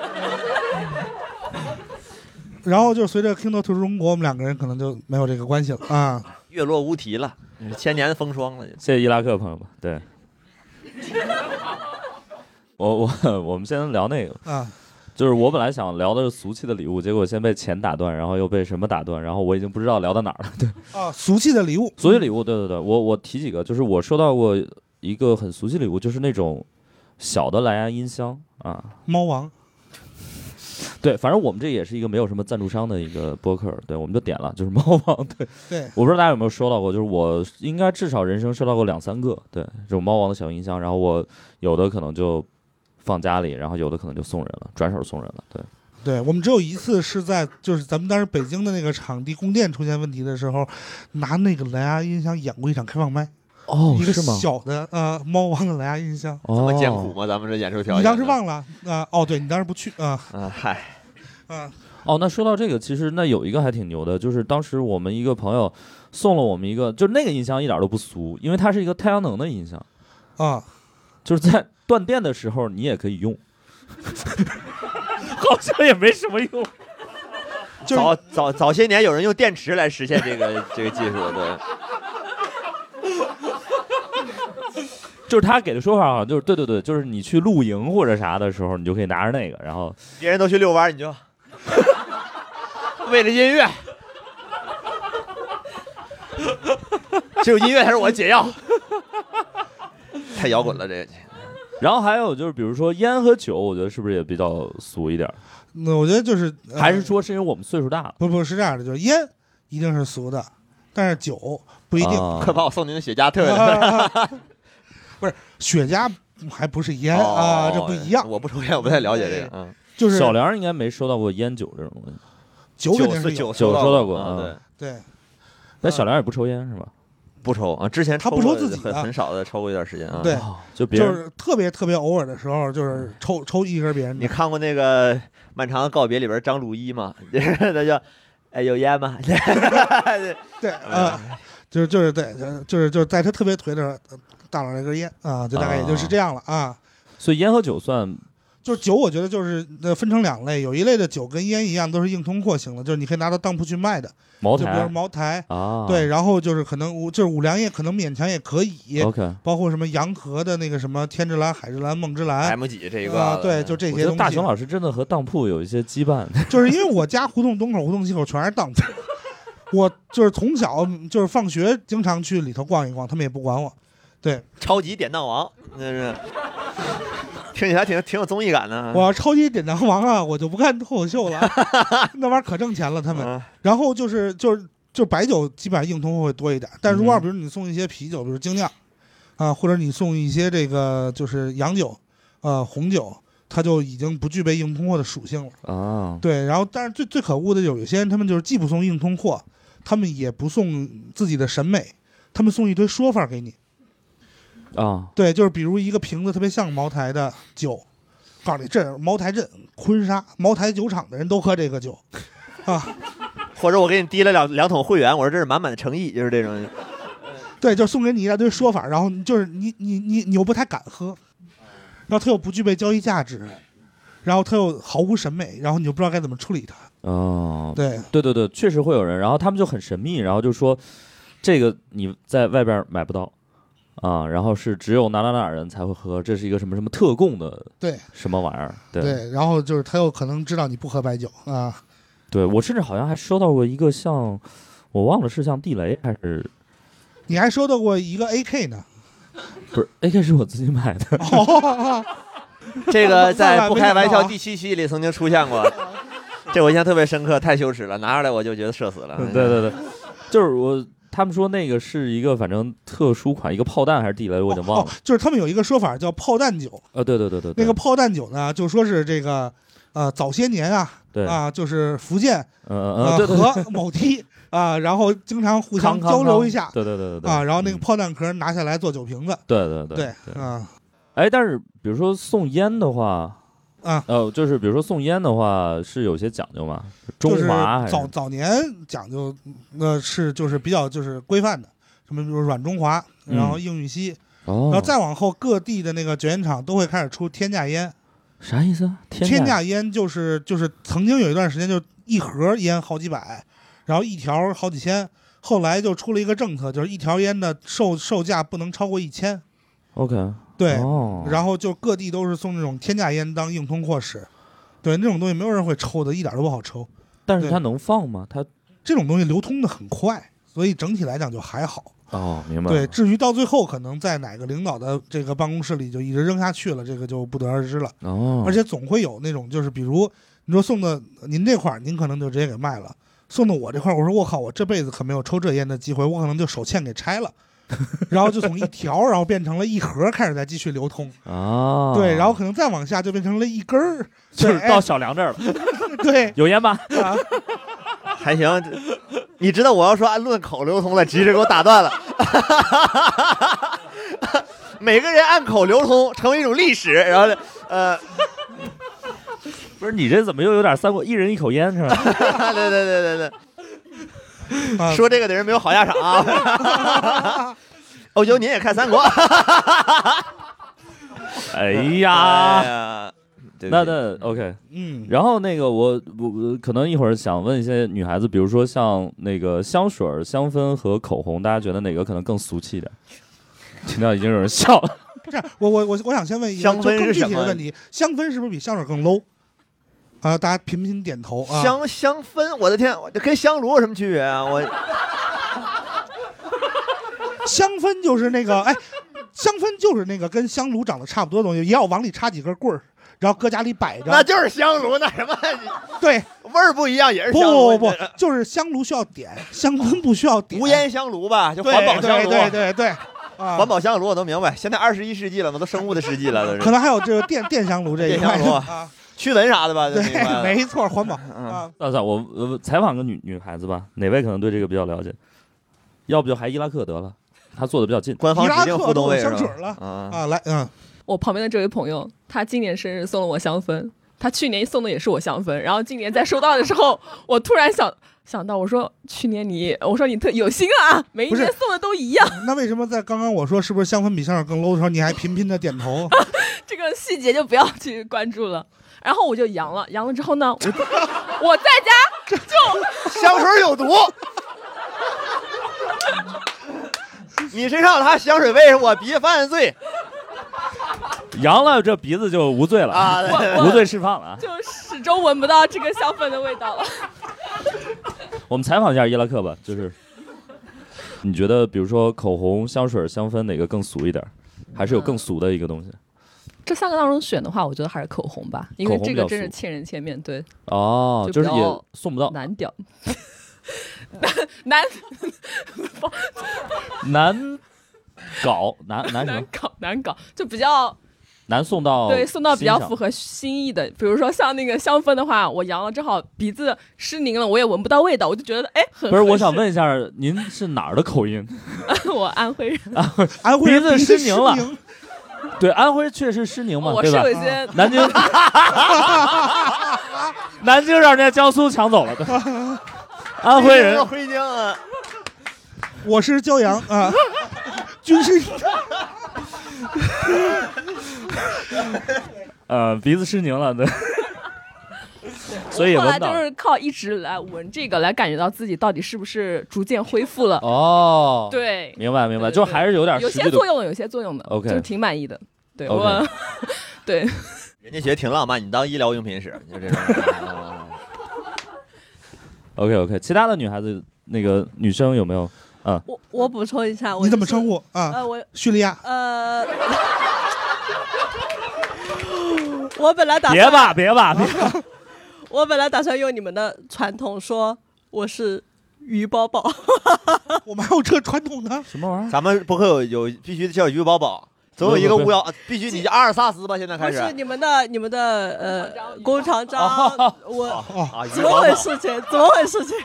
然后就随着 Kindle 退出中国，我们两个人可能就没有这个关系了啊， 月落乌啼了，千年风霜了。 谢谢伊拉克朋友们。对，我我我们先聊那个啊， 就是我本来想聊的是俗气的礼物，结果先被钱打断，然后又被什么打断，然后我已经不知道聊到哪儿了。对啊，俗气的礼物， 俗气礼物，对对对，我我提几个，就是我收到过一个很俗气礼物，就是那种小的蓝牙音箱啊， 猫王。 对，反正我们这也是一个没有什么赞助商的一个播客，对，我们就点了，就是猫王。对对， 我不知道大家有没有收到过，就是我应该至少人生收到过两三个，对，这种猫王的小音箱，然后我有的可能就放家里，然后有的可能就送人了，转手送人了，对。 对，我们只有一次是在就是咱们当时北京的那个场地供电出现问题的时候，拿那个蓝牙音箱演过一场开放麦。 哦， 一个是吗？ 小的呃猫王的蓝牙音箱， 这么艰苦吗？咱们这演出条件。 你当时忘了啊、呃？哦，对你当时不去啊？ 啊，嗨， 啊， 哦，那说到这个，其实那有一个还挺牛的，就是当时我们一个朋友送了我们一个，就是那个音箱一点都不俗，因为它是一个太阳能的音箱啊， 就是在断电的时候你也可以用，好像也没什么用。 早早早些年有人用电池来实现这个这个技术，对。 就是他给的说法好像就是对对对，就是你去露营或者啥的时候，你就可以拿着那个，然后别人都去遛弯，你就为了音乐，只有音乐才是我的解药，太摇滚了这个。 然后还有就是，比如说烟和酒，我觉得是不是也比较俗一点？ 那我觉得就是， 呃、还是说是因为我们岁数大了？ 不不是这样的，就是烟一定是俗的。 但是酒不一定。 啊快把我送您的雪茄退了。 啊不是雪茄还不是烟哦啊，这不一样。 我不抽烟，我不太了解这个。嗯， 就是小梁应该没收到过烟酒这种东西， 酒肯定是有酒酒收到过啊， 啊对， 对， 但小梁也不抽烟是吧？ 不抽啊，之前他不抽抽自己的很很少的抽过一段时间啊。 对， 哦就别人就是特别特别偶尔的时候，就是抽抽一根别人的。 你看过那个《漫长的告别》里边张鲁一吗？那叫哎有烟吗？ 对啊，就是就是对，就是就是在他特别颓的时候，大佬来根烟啊，就大概也就是这样了啊。 所以烟和酒算就是酒，我觉得就是呃分成两类，有一类的酒跟烟一样都是硬通货型的，就是你可以拿到当铺去卖的， 茅就比如台茅台。 啊， 对，然后就是可能五就是五粮液，可能勉强也可以， ，OK。 包括什么洋河的那个什么天之蓝、海之蓝、梦之蓝 M 几这一个啊，对，就这我觉得些东西。 大熊老师真的和当铺有一些羁绊。 就是因为我家胡同东口、胡同西口全是当铺，我就是从小就是放学经常去里头逛一逛，他们也不管我。对， 超级典当王，那是听起来挺挺有综艺感的。 我要超级典当王啊，我就不看脱口秀了，那玩意儿可挣钱了他们。 嗯然后就是就是就白酒基本上硬通货会多一点，但如果比如你送一些啤酒，比如精酿啊，或者你送一些这个就是洋酒，呃红酒，它就已经不具备硬通货的属性了。 啊， 对，然后但是最最可恶的有有些人，他们就是既不送硬通货，他们也不送自己的审美，他们送一堆说法给你。 啊， 对，就是比如一个瓶子特别像茅台的酒，告诉你这是茅台镇、坤沙、茅台酒厂的人都喝这个酒，啊， 或者我给你滴了两两桶会员，我说这是满满的诚意，就是这种。 对，就送给你一大堆说法，然后就是你你你你又不太敢喝，然后它又不具备交易价值，然后它又毫无审美，然后你就不知道该怎么处理它。 哦， 对对对对，确实会有人，然后他们就很神秘，然后就说这个你在外边买不到。啊，然后是只有哪哪哪人才会喝，这是一个什么什么特供的， 对， 什么玩意儿？对， 对，然后就是他又可能知道你不喝白酒啊。 对我甚至好像还收到过一个像，我忘了是像地雷还是， 你还收到过一个 A K 呢？ 不是 A K 是我自己买的。 哦， 这个在不开玩笑第七期里曾经出现过，这我印象特别深刻，太羞耻了，拿出来我就觉得社死了。 对对对，就是我。他们说那个是一个反正特殊款，一个炮弹还是地雷，我已经忘了。 哦哦、就是他们有一个说法叫炮弹酒。 呃，对对对对， 那个炮弹酒呢，就说是这个，呃，早些年啊， 对啊，就是福建， 呃呃， 对对和某地啊，然后经常互相交流一下， 对对对对啊，然后那个炮弹壳拿下来做酒瓶子。 对对对对啊， 哎，但是比如说送烟的话。 啊， 呃，就是比如说送烟的话，是有些讲究嘛？中华还是早早年讲究，呃，是就是比较就是规范的，什么比如软中华，然后硬玉溪， 哦， 然后再往后各地的那个酒烟厂都会开始出天价烟。 啥意思啊？天天价烟就是就是曾经有一段时间就一盒烟好几百，然后一条好几千，后来就出了一个政策，就是一条烟的售售价不能超过一千。 OK。 对、 哦， 然后就各地都是送那种天价烟当硬通货使，对，那种东西没有人会抽的，一点都不好抽。 但是它能放吗？它这种东西流通的很快，所以整体来讲就还好。 哦，明白。 对，至于到最后可能在哪个领导的这个办公室里就一直扔下去了，这个就不得而知了。 哦， 而且总会有那种就是比如你说送的您这块您可能就直接给卖了，送到我这块我说我靠，我这辈子可没有抽这烟的机会，我可能就手欠给拆了。然后就从一条，然后变成了一盒，开始再继续流通啊。 对，然后可能再往下就变成了一根儿， 就是到小梁这儿了。 对， 有烟吗？ 啊， 还行。你知道我要说按论口流通了，及时给我打断了。每个人按口流通成为一种历史，然后呃， 不是你这怎么又有点三国一人一口烟是吧？ 对对对对对。 啊、 说这个的人没有好下场啊！欧九，您也看三国？ 哎呀， 哎呀那那 OK， 嗯， 然后那个我我可能一会儿想问一些女孩子，比如说像那个香水、香氛和口红，大家觉得哪个可能更俗气一点？听到已经有人笑了。 不是，我我我我想先问一个香氛是什么具体的问题，香氛是不是比香水更 low？啊，大家频频点头啊！ 香香氛，我的天，这跟香炉有什么区别啊？我香氛就是那个，哎，香氛就是那个跟香炉长得差不多的东西，也要往里插几根棍儿，然后搁家里摆着。 那就是香炉，那什么？ 对， 味儿不一样也是不香炉。 不不不，就是香炉需要点，香氛不需要点。 无烟香炉吧，就对环保香炉。 对对对对，啊， 环保香炉我都明白。现在二十一世纪了嘛，都生物的世纪了，都是。 可能还有这个电电香炉这一块电香炉啊， 驱蚊啥的吧？ 对明白，了没错，环保嗯啊。 算算我呃采访个女女孩子吧，哪位可能对这个比较了解？要不就还伊拉克得了，他坐的比较近。 官方指定互动位伊拉克都有香水了啊啊，来嗯。 我旁边的这位朋友，他今年生日送了我香氛，他去年送的也是我香氛，然后今年在收到的时候，我突然想想到，我说去年你，我说你特有心啊，每一年送的都一样。 那为什么在刚刚我说是不是香氛比香水更 low 的时候，你还频频的点头？ 这个细节就不要去关注了。然后我就阳了，阳了之后呢，我我在家就香水有毒。你身上有他香水味，我鼻犯罪。 阳了，这鼻子就无罪了啊， 无罪释放了啊！ 就始终闻不到这个香氛的味道了。 我们采访一下伊拉克吧，就是你觉得，比如说口红、香水、香氛哪个更俗一点，还是有更俗的一个东西？ 这三个当中选的话，我觉得还是口红吧，因为这个真是欠人千面对。 哦，就是也送不到， 难屌，难难搞，难难什么？ 难搞，难搞，就比较。 难送到对，送到比较符合心意的，比如说像那个香氛的话，我阳了正好鼻子湿凝了，我也闻不到味道，我就觉得哎，很不是。我想问一下，您是哪儿的口音？ 我安徽人， 安徽鼻子湿凝了。 凝对，安徽确实湿凝嘛， 我对吧？ 是有一些南京，南京让人家江苏抢走了，对。安徽人， 徽京啊， 我是骄阳啊，军师。 呃，鼻子湿凝了，对。所以也后来闻不到。 就是靠一直来闻这个来感觉到自己到底是不是逐渐恢复了。 哦， 对， 明白明白， 对对就还是有点有实际的些作用的，有些作用的 OK 就是挺满意的。对 OK 我，对， 人家觉得挺浪漫，你当医疗用品使，就这种。 OK OK， 其他的女孩子那个女生有没有？啊， 我我补充一下，我、 你怎么称呼啊？ 呃，我叙利亚。 呃，我本来打算别吧别吧别吧， 我本来打算用你们的传统说我是鱼宝宝。 我们还有这传统呢？ 什么玩意儿？ 咱们不会有有必须叫鱼宝宝，总有一个巫妖，必须你叫阿尔萨斯吧？现在开始。 不是你们的你们的呃弓长张， 哦我、 啊， 怎么回事情？怎么回事情？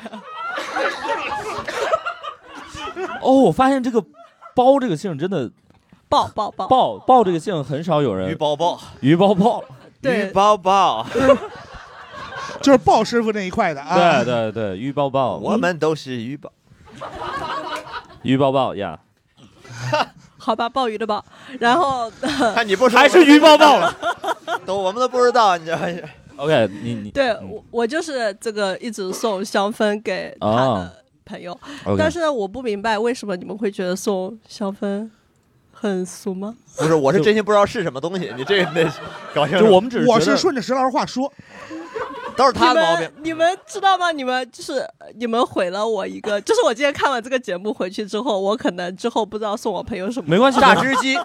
哦，我发现这个包这个姓真的抱抱抱抱抱这个姓很少有人。 鱼包包， 鱼包包， 对鱼包包， 就是鲍师傅那一块的啊。 对对对，鱼包包， 我们都是鱼宝。 鱼包包呀， 好吧，鲍鱼的鲍，然后看你不说还是鱼包包了， 都我们都不知道，你知道吗？ OK，你你对我我就是这个一直送香氛给他的朋友， 哦 OK 但是我不明白为什么你们会觉得送香氛很俗吗？ 不是，我是真心不知道是什么东西，你这个得搞清楚。 就我们只是我觉得是顺着石老师话说， 都是他的毛病。 你们你们知道吗？你们就是你们毁了我一个，就是我今天看完这个节目回去之后，我可能之后不知道送我朋友什么。 没关系， 榨汁机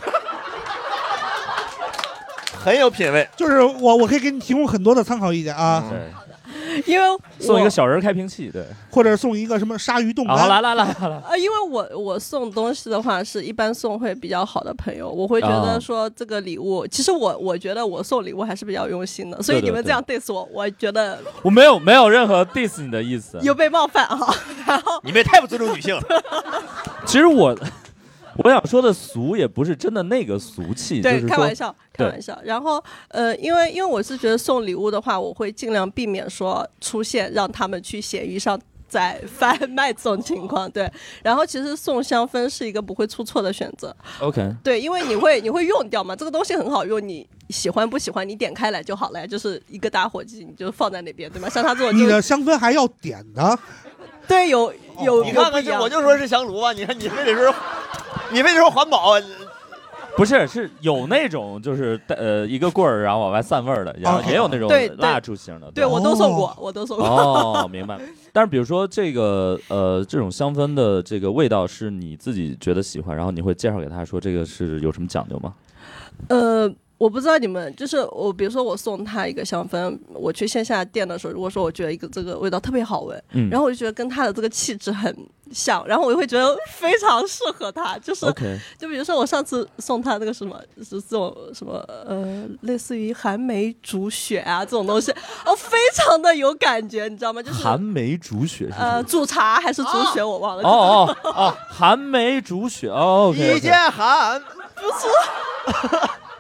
很有品味。 就是我我可以给你提供很多的参考意见啊。 对， 因为送一个小人开瓶器，对， 或者送一个什么鲨鱼冻干。 好，来来来来， 呃，因为我我送东西的话是一般送会比较好的朋友，我会觉得说这个礼物，其实我我觉得我送礼物还是比较用心的，所以你们这样 diss 我，我觉得我没有没有任何 diss 你的意思， 有被冒犯啊。然后你们也太不尊重女性了。 其实我我想说的俗也不是真的那个俗气， 对， 就是说开玩笑，开玩笑。然后呃，因为因为我是觉得送礼物的话，我会尽量避免说出现让他们去闲鱼上在贩卖这种情况。对，然后其实送香氛是一个不会出错的选择。 OK， 对，因为你会你会用掉嘛，这个东西很好用，你喜欢不喜欢你点开来就好了，就是一个打火机你就放在那边，对吗？像他这种就你的香氛还要点的。 对，有有你看看这，我就说是香炉吧，你看你非得说，你非得说环保。 不是，是有那种就是呃一个棍儿，然后往外散味儿的，然后也有那种对对蜡烛型的。 对我都送过，我都送过。 哦，明白。但是比如说这个呃这种香氛的这个味道是你自己觉得喜欢，然后你会介绍给他说这个是有什么讲究吗？ 呃， 我不知道你们，就是我，比如说我送他一个香氛，我去线下店的时候，如果说我觉得一个这个味道特别好闻， 嗯， 然后我就觉得跟他的这个气质很像，然后我就会觉得非常适合他，就是 OK， 就比如说我上次送他那个什么，是这种什么呃，类似于寒梅煮雪啊这种东西，哦，非常的有感觉，你知道吗？就是寒梅煮雪是呃，煮茶还是煮雪，我忘了。 哦哦哦，寒梅煮雪哦， 一件寒， 不是。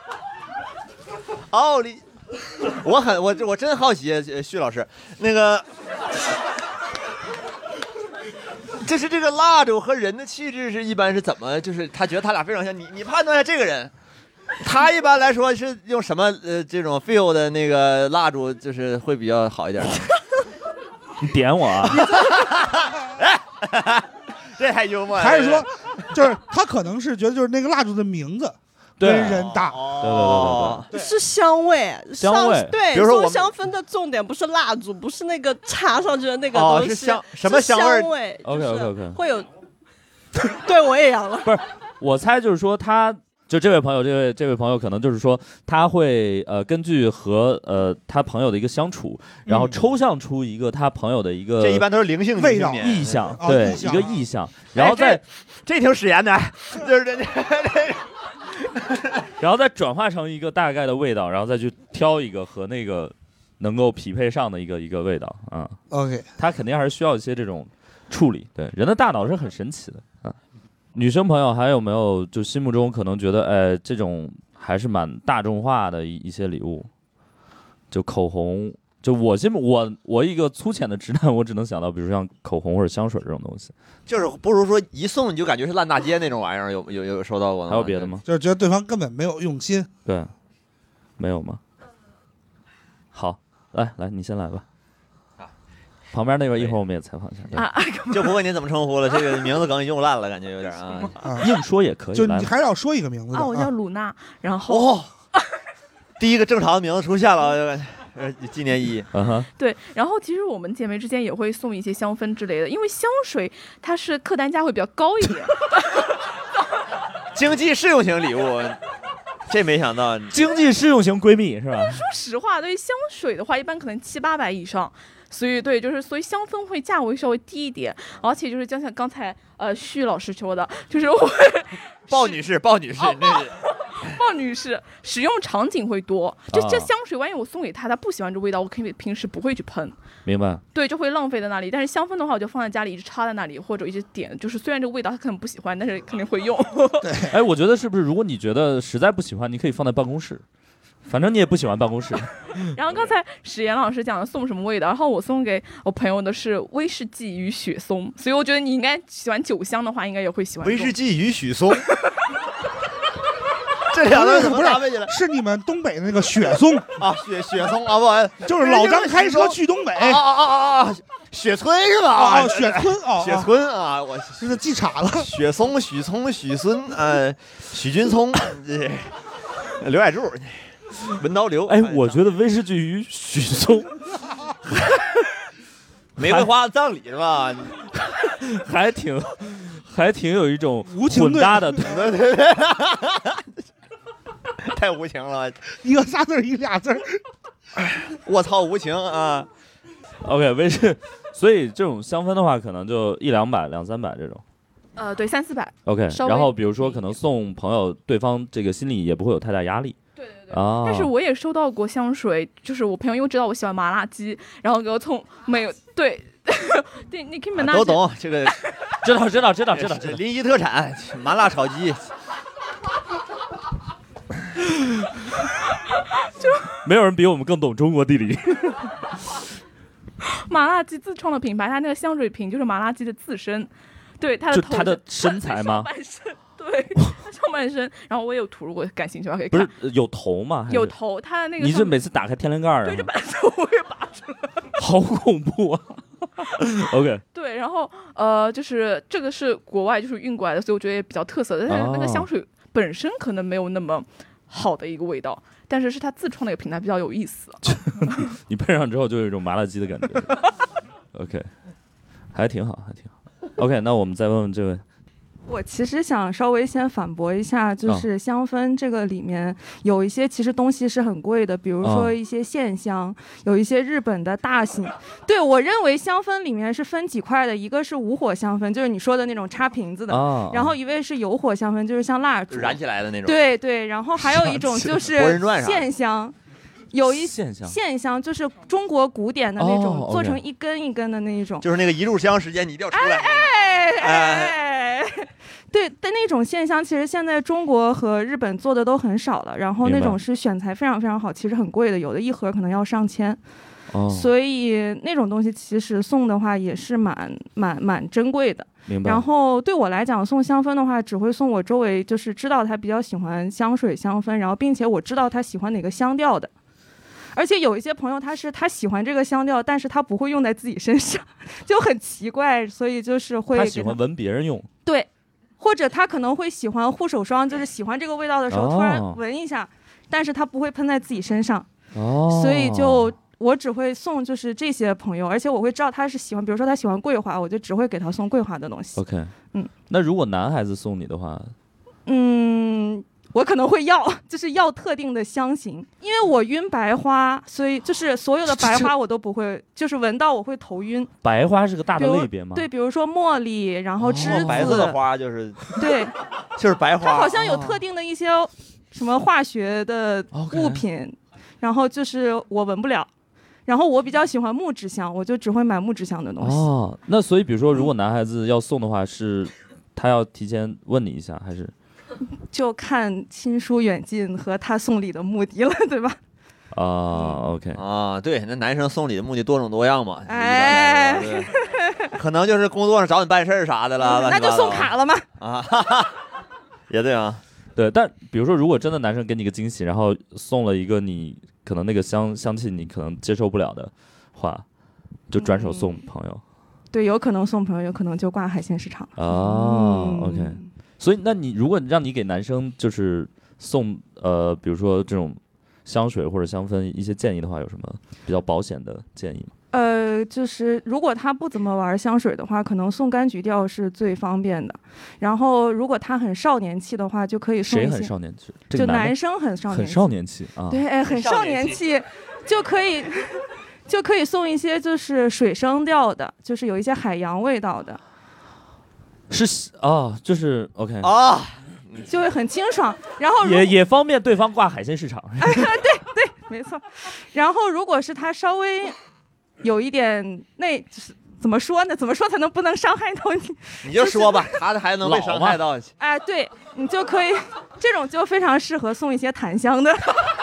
哦，你，我很我我真好奇，徐老师，那个，就是这个蜡烛和人的气质是一般是怎么？就是他觉得他俩非常像，你你判断一下这个人，他一般来说是用什么呃这种 feel 的那个蜡烛，就是会比较好一点。 你点我啊！ 这太幽默了。 还是说，就是他可能是觉得就是那个蜡烛的名字。跟人搭， 对对对对对， 是香味， 香味。 对， 比如说我们香氛的重点不是蜡烛，不是那个插上去的那个东西， 哦、是香什么香味 ？OK OK OK， 会有。对，我也阳了。 不是，我猜就是说他。就这位朋友，这位这位朋友可能就是说，他会呃根据和呃他朋友的一个相处，然后抽象出一个他朋友的一个， 这一般都是灵性味道意象， 哦、 对意象一个意象，然后再、 哎、这, 这挺史言的，就是这然后再转化成一个大概的味道，然后再去挑一个和那个能够匹配上的一个一个味道啊。 嗯、OK， 他肯定还是需要一些这种处理，对，人的大脑是很神奇的啊。女生朋友还有没有就心目中可能觉得哎这种还是蛮大众化的一一些礼物，就口红，就我心目我我一个粗浅的直男，我只能想到比如像口红或者香水这种东西， 就是不如说一送你就感觉是烂大街那种玩意儿，有有有收到过吗？ 还有别的吗？ 就是觉得对方根本没有用心。 对，没有吗？好，来来你先来吧。旁边那边一会儿我们也采访一下， 啊， 就不问你怎么称呼了，这个名字梗已用烂了，感觉有点啊。 啊硬说也可以， 就你还是要说一个名字的啊，我叫鲁娜，然后哦，第一个正常的名字出现了，呃，纪念意义。 嗯哼， 对，然后其实我们姐妹之间也会送一些香氛之类的，因为香水它是客单价会比较高一点， 经济适用型礼物。这没想到， 经济适用型闺蜜是吧？ 说实话，对香水的话，一般可能七八百以上。所以对，就是所以香氛会价位稍微低一点，而且就是就像刚才呃徐老师说的，就是我鲍女士，鲍女士， 哦、鲍, 鲍女士使用场景会多，就这香水，万一我送给她，她不喜欢这味道，我肯定平时不会去喷。 明白。 对，就会浪费在那里。但是香氛的话，我就放在家里一直插在那里，或者一直点，就是虽然这个味道她可能不喜欢，但是肯定会用。 对， 哎，我觉得是不是如果你觉得实在不喜欢，你可以放在办公室。反正你也不喜欢办公室。 然后刚才史岩老师讲的送什么味道，然后我送给我朋友的是威士忌与雪松，所以我觉得你应该喜欢酒香的话，应该也会喜欢。 威士忌与许松，这两个怎么搭配起来？ 是你们东北的那个雪松啊，雪雪松啊，不好意思， 就是老张开车去东北啊啊啊啊，雪村是吧？ 啊，雪村啊， 雪村啊，我这个记岔了。 雪松、许聪、许孙，呃，许君聪，刘海柱。文刀流， 哎，我觉得威士忌与许嵩， 玫瑰花葬礼是吧？ 还挺，还挺有一种无情混搭的， 对对对，太无情了， 一个仨字一个俩字， 我操，无情啊 ！OK， 威士，所以这种香氛的话，可能就一两百、两三百这种。 呃，对，三四百。 OK， 然后比如说可能送朋友，对方这个心里也不会有太大压力。 对对对， 啊！ 但是我也收到过香水，就是我朋友因为知道我喜欢麻辣鸡，然后给我从没有对对，你可以都懂这个， 知道知道知道知道知道， 临沂特产麻辣炒鸡， 就没有人比我们更懂中国地理。 麻辣鸡自创的品牌，它那个香水瓶就是麻辣鸡的自身，对它的头， 它的身材吗？ 对，上半身，然后我也有图，如果感兴趣的话可以看。不是有头吗？ 有头，它的那个。 你是每次打开天灵盖儿， 对，就把头给拔出来， 好恐怖啊 ！OK。 对，然后呃，就是这个是国外就是运过来的，所以我觉得也比较特色的。但是那个香水本身可能没有那么好的一个味道，但是是它自创的一个品牌比较有意思。 你喷上之后就有一种麻辣鸡的感觉。OK， 还挺好，还挺好。OK， 那我们再问问这位。 我其实想稍微先反驳一下，就是香氛这个里面有一些其实东西是很贵的，比如说一些线香，有一些日本的大型。对，我认为香氛里面是分几块的，一个是无火香氛，就是你说的那种插瓶子的， 哦、 然后一位是有火香氛，就是像蜡烛燃起来的那种。 对对，然后还有一种就是线香。有一线香， 线香就是中国古典的那种， 哦、 做成一根一根的那一种， 就是那个一炷香时间你一定要出来。 哎哎哎，对，但那种线香其实现在中国和日本做的都很少了，然后那种是选材非常非常好，其实很贵的，有的一盒可能要上千。 哦、 所以那种东西其实送的话也是蛮蛮蛮珍贵的。 明白。 然后对我来讲，送香氛的话，只会送我周围就是知道他比较喜欢香水香氛，然后并且我知道他喜欢哪个香调的。而且有一些朋友他是他喜欢这个香调，但是他不会用在自己身上，就很奇怪，所以就是会他喜欢闻别人用。 对，或者他可能会喜欢护手霜，就是喜欢这个味道的时候、哦、突然闻一下，但是他不会喷在自己身上。 哦， 所以就我只会送就是这些朋友，而且我会知道他是喜欢，比如说他喜欢桂花，我就只会给他送桂花的东西。 OK， 嗯， 那如果男孩子送你的话， 嗯。我可能会要，就是要特定的香型，因为我晕白花，所以就是所有的白花我都不会，就是闻到我会头晕。 白花是个大的类别吗？ 对，比如说茉莉，然后栀子， 哦、白色的花就是对， 就是白花。 它好像有特定的一些什么化学的物品， okay. 然后就是我闻不了。然后我比较喜欢木质香，我就只会买木质香的东西。 哦，那所以比如说，如果男孩子要送的话，是他要提前问你一下，还是？ 就看亲疏远近和他送礼的目的了，对吧？ 啊、uh, ，OK 啊，对，那男生送礼的目的多种多样嘛， 哎， 可能就是工作上找你办事啥的了， 那就送卡了嘛。 啊，哈哈，也对啊， 对。但比如说，如果真的男生给你个惊喜，然后送了一个你可能那个香香气你可能接受不了的话，就转手送朋友。 嗯、对，有可能送朋友，有可能就挂海鲜市场。 哦、 嗯、 ，OK。所以，那你如果让你给男生就是送呃，比如说这种香水或者香氛一些建议的话，有什么比较保险的建议吗？ 呃，就是如果他不怎么玩香水的话，可能送柑橘调是最方便的。然后，如果他很少年气的话，就可以送一些。 谁很少年气？ 这个、就男生很少年气。 很少年气啊。 对，哎，很少年气，就可以就可以送一些就是水生调的，就是有一些海洋味道的。 是啊、哦，就是 OK 啊， 就会很清爽，然后也也方便对方挂海鲜市场。 哎，对对，没错。然后如果是他稍微有一点那，怎么说呢？怎么说才能不能伤害到你？ 你就说吧，就是、他还能被伤害到。 哎，对你就可以，这种就非常适合送一些檀香的。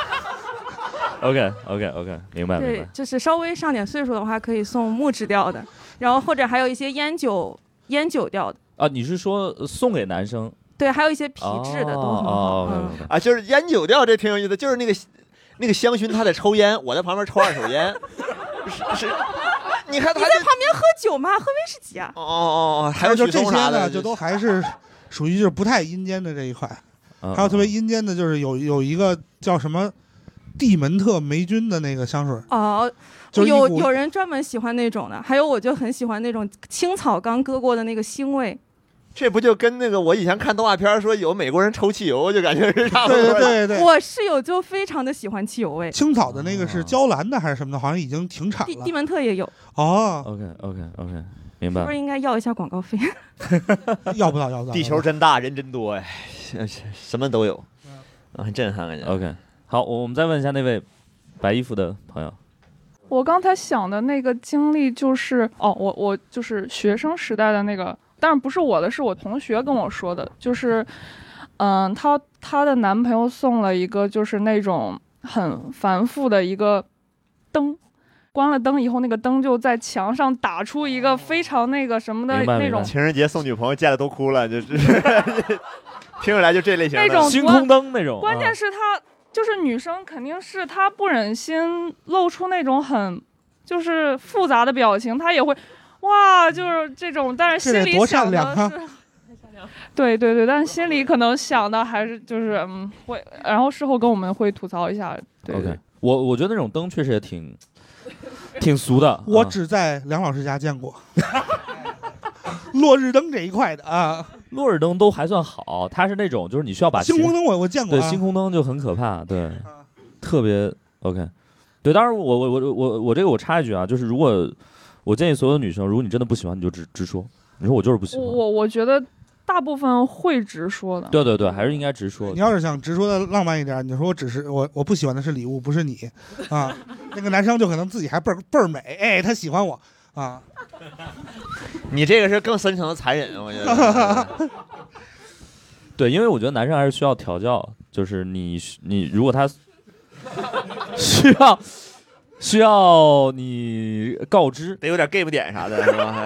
OK OK OK， 明白明白。 对，就是稍微上点岁数的话，可以送木质调的，然后或者还有一些烟酒烟酒调的。 啊，你是说送给男生？ 对，还有一些皮质的、哦、都很好。 哦嗯、okay, okay. 啊，就是烟酒调，这挺有意思。就是那个那个香薰，他在抽烟，我在旁边抽二手烟。是，是你看他你在旁边喝酒吗？喝威士忌啊？ 哦哦哦，还有就这些呢， 呢，就都还是属于就是不太阴间的这一块。还有特别阴间的，就是有有一个叫什么蒂门特霉菌的那个香水。 哦。有有人专门喜欢那种的，还有我就很喜欢那种青草刚割过的那个腥味。 这不就跟那个我以前看动画片说有美国人抽汽油，就感觉是差不多。 对对对， 我室友就非常的喜欢汽油味。 青草的那个是娇兰的还是什么的，好像已经停产了。 蒂蒂门特也有。 哦 ，OK OK OK， 明白。 是不是应该要一下广告费？ 要不到要不到。 地球真大，人真多哎，什么都有，啊，很震撼感觉。 OK， 好，我们再问一下那位白衣服的朋友。 我刚才想的那个经历就是哦，我我就是学生时代的那个，但是不是我的，是我同学跟我说的，就是嗯，她她的男朋友送了一个就是那种很繁复的一个灯，关了灯以后，那个灯就在墙上打出一个非常那个什么的那种。 情人节送女朋友见了都哭了，就是听起来就这类型的那种星空灯那种。 关键是他。就是女生肯定是她不忍心露出那种很就是复杂的表情，她也会哇就是这种，但是心里想的是，对对对，但是心里可能想的还是就是嗯会，然后事后跟我们会吐槽一下。对对 ，okay. 我我觉得那种灯确实也挺挺俗的， 我只在梁老师家见过。落日灯这一块的啊， 落日灯都还算好，它是那种就是你需要把星空灯我我见过、啊， 对，星空灯就很可怕，对，特别 OK。对，当然我我我我我这个我插一句啊，就是如果我建议所有女生，如果你真的不喜欢，你就直直说，你说我就是不喜欢。 我我觉得大部分会直说的。 对对对，还是应该直说。 你要是想直说的浪漫一点，你说我只是我我不喜欢的是礼物，不是你啊。那个男生就可能自己还倍儿倍儿美，哎，他喜欢我啊。 你这个是更深层的残忍，我觉得。 对，因为我觉得男生还是需要调教，就是你你如果他需要需要你告知， 得有点 game 点啥的，是吧？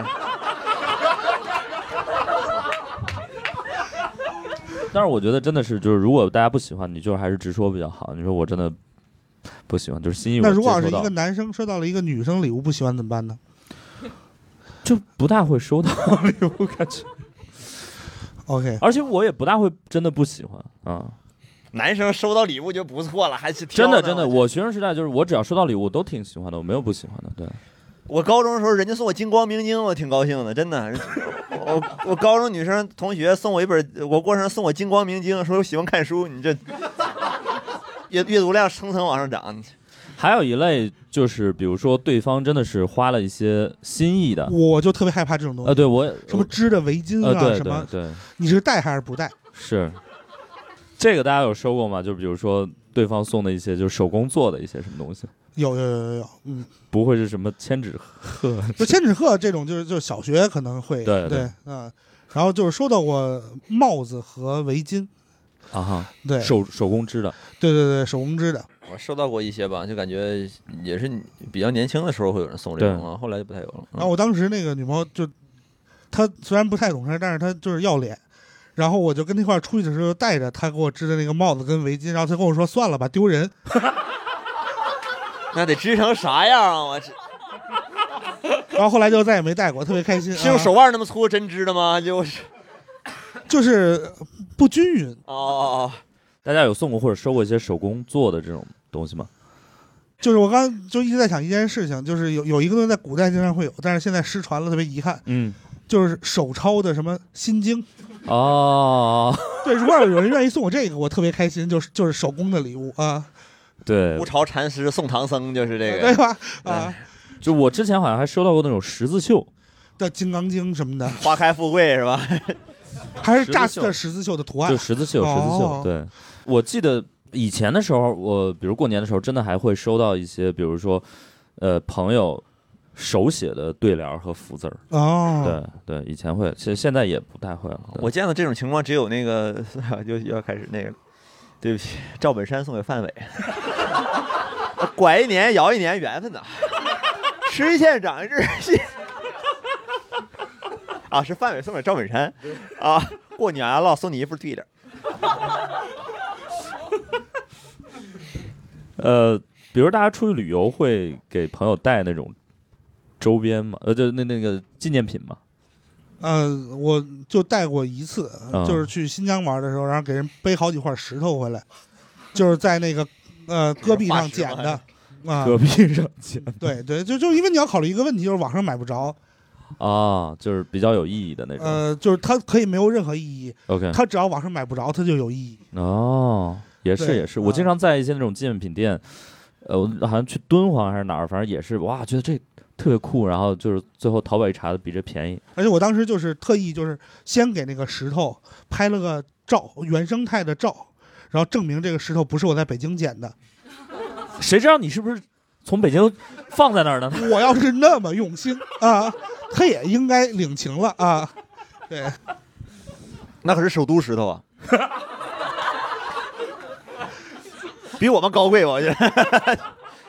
但是我觉得真的是，就是如果大家不喜欢，你就还是直说比较好。你说我真的不喜欢，就是心意我接受到。 那如果要是一个男生收到了一个女生礼物不喜欢怎么办呢？ 就不大会收到礼物，感觉。 OK， 而且我也不大会真的不喜欢啊。 男生收到礼物就不错了，还是真的真的。我学生时代就是我只要收到礼物我都挺喜欢的，我没有不喜欢的。对， 我高中的时候人家送我金光明经，我挺高兴的，真的。我我高中女生同学送我一本，我过生日送我金光明经，说我喜欢看书，你这阅阅读量蹭蹭往上涨。 还有一类就是，比如说对方真的是花了一些心意的， 我就特别害怕这种东西。 呃，对我什么织的围巾啊， 呃、对什么， 对对， 你是带还是不带？ 是，这个大家有收过吗？就比如说对方送的一些，就是手工做的一些什么东西。 有有有有有，嗯， 不会是什么千纸鹤？ 就千纸鹤这种，就是就是小学可能会， 对对，嗯，然后就是收到过帽子和围巾， 啊哈， 对， 手手工织的， 对对对，手工织的。 我收到过一些吧，就感觉也是比较年轻的时候会有人送这种啊，后来就不太有了。 然后我当时那个女朋友就，她虽然不太懂事，但是她就是要脸。然后我就跟她一块出去的时候，带着她给我织的那个帽子跟围巾，然后她跟我说：“算了吧，丢人。” 那得织成啥样啊？我这。 然后后来就再也没戴过，特别开心。 是用手腕那么粗针织的吗？就是， 就是不均匀。 哦哦哦。 大家有送过或者收过一些手工做的这种东西吗？ 就是我刚刚就一直在想一件事情，就是有有一个东西在古代经常会有，但是现在失传了，特别遗憾。 嗯， 就是手抄的什么《心经》。 哦， 对，如果有人愿意送我这个，我特别开心，就是就是手工的礼物啊。 对， 乌巢禅师送唐僧就是这个， 对吧？啊， 就我之前好像还收到过那种十字绣的《金刚经》什么的， 花开富贵是吧？ 还是炸的十字绣的图案， 就十字绣，十字绣。哦、对，我记得以前的时候，我比如过年的时候，真的还会收到一些，比如说，呃，朋友手写的对联和福字儿。 哦， 对对，以前会，现现在也不太会了。 我见到这种情况，只有那个就要开始那个，对不起，赵本山送给范伟，拐一年摇一年缘分呐，吃一堑长一智。啊，是范伟送给赵本山啊！过年了，送你一份对联。 呃，比如大家出去旅游会给朋友带那种周边嘛？呃，就那那个纪念品嘛。 呃，我就带过一次， 嗯、 就是去新疆玩的时候，然后给人背好几块石头回来，就是在那个呃戈壁上捡的啊， 戈壁上捡。 对对，就就因为你要考虑一个问题，就是网上买不着。 啊，就是比较有意义的那种。 呃，就是它可以没有任何意义。 OK， 它只要网上买不着，它就有意义。 哦，也是也是，我经常在一些那种纪念品店，呃，我好像去敦煌还是哪儿，反正也是哇，觉得这特别酷，然后就是最后淘宝一查的比这便宜。 而且我当时就是特意就是先给那个石头拍了个照，原生态的照，然后证明这个石头不是我在北京捡的。 谁知道你是不是从北京放在那儿呢？ 我要是那么用心啊，他也应该领情了啊。对， 那可是首都石头啊，比我们高贵，我觉得。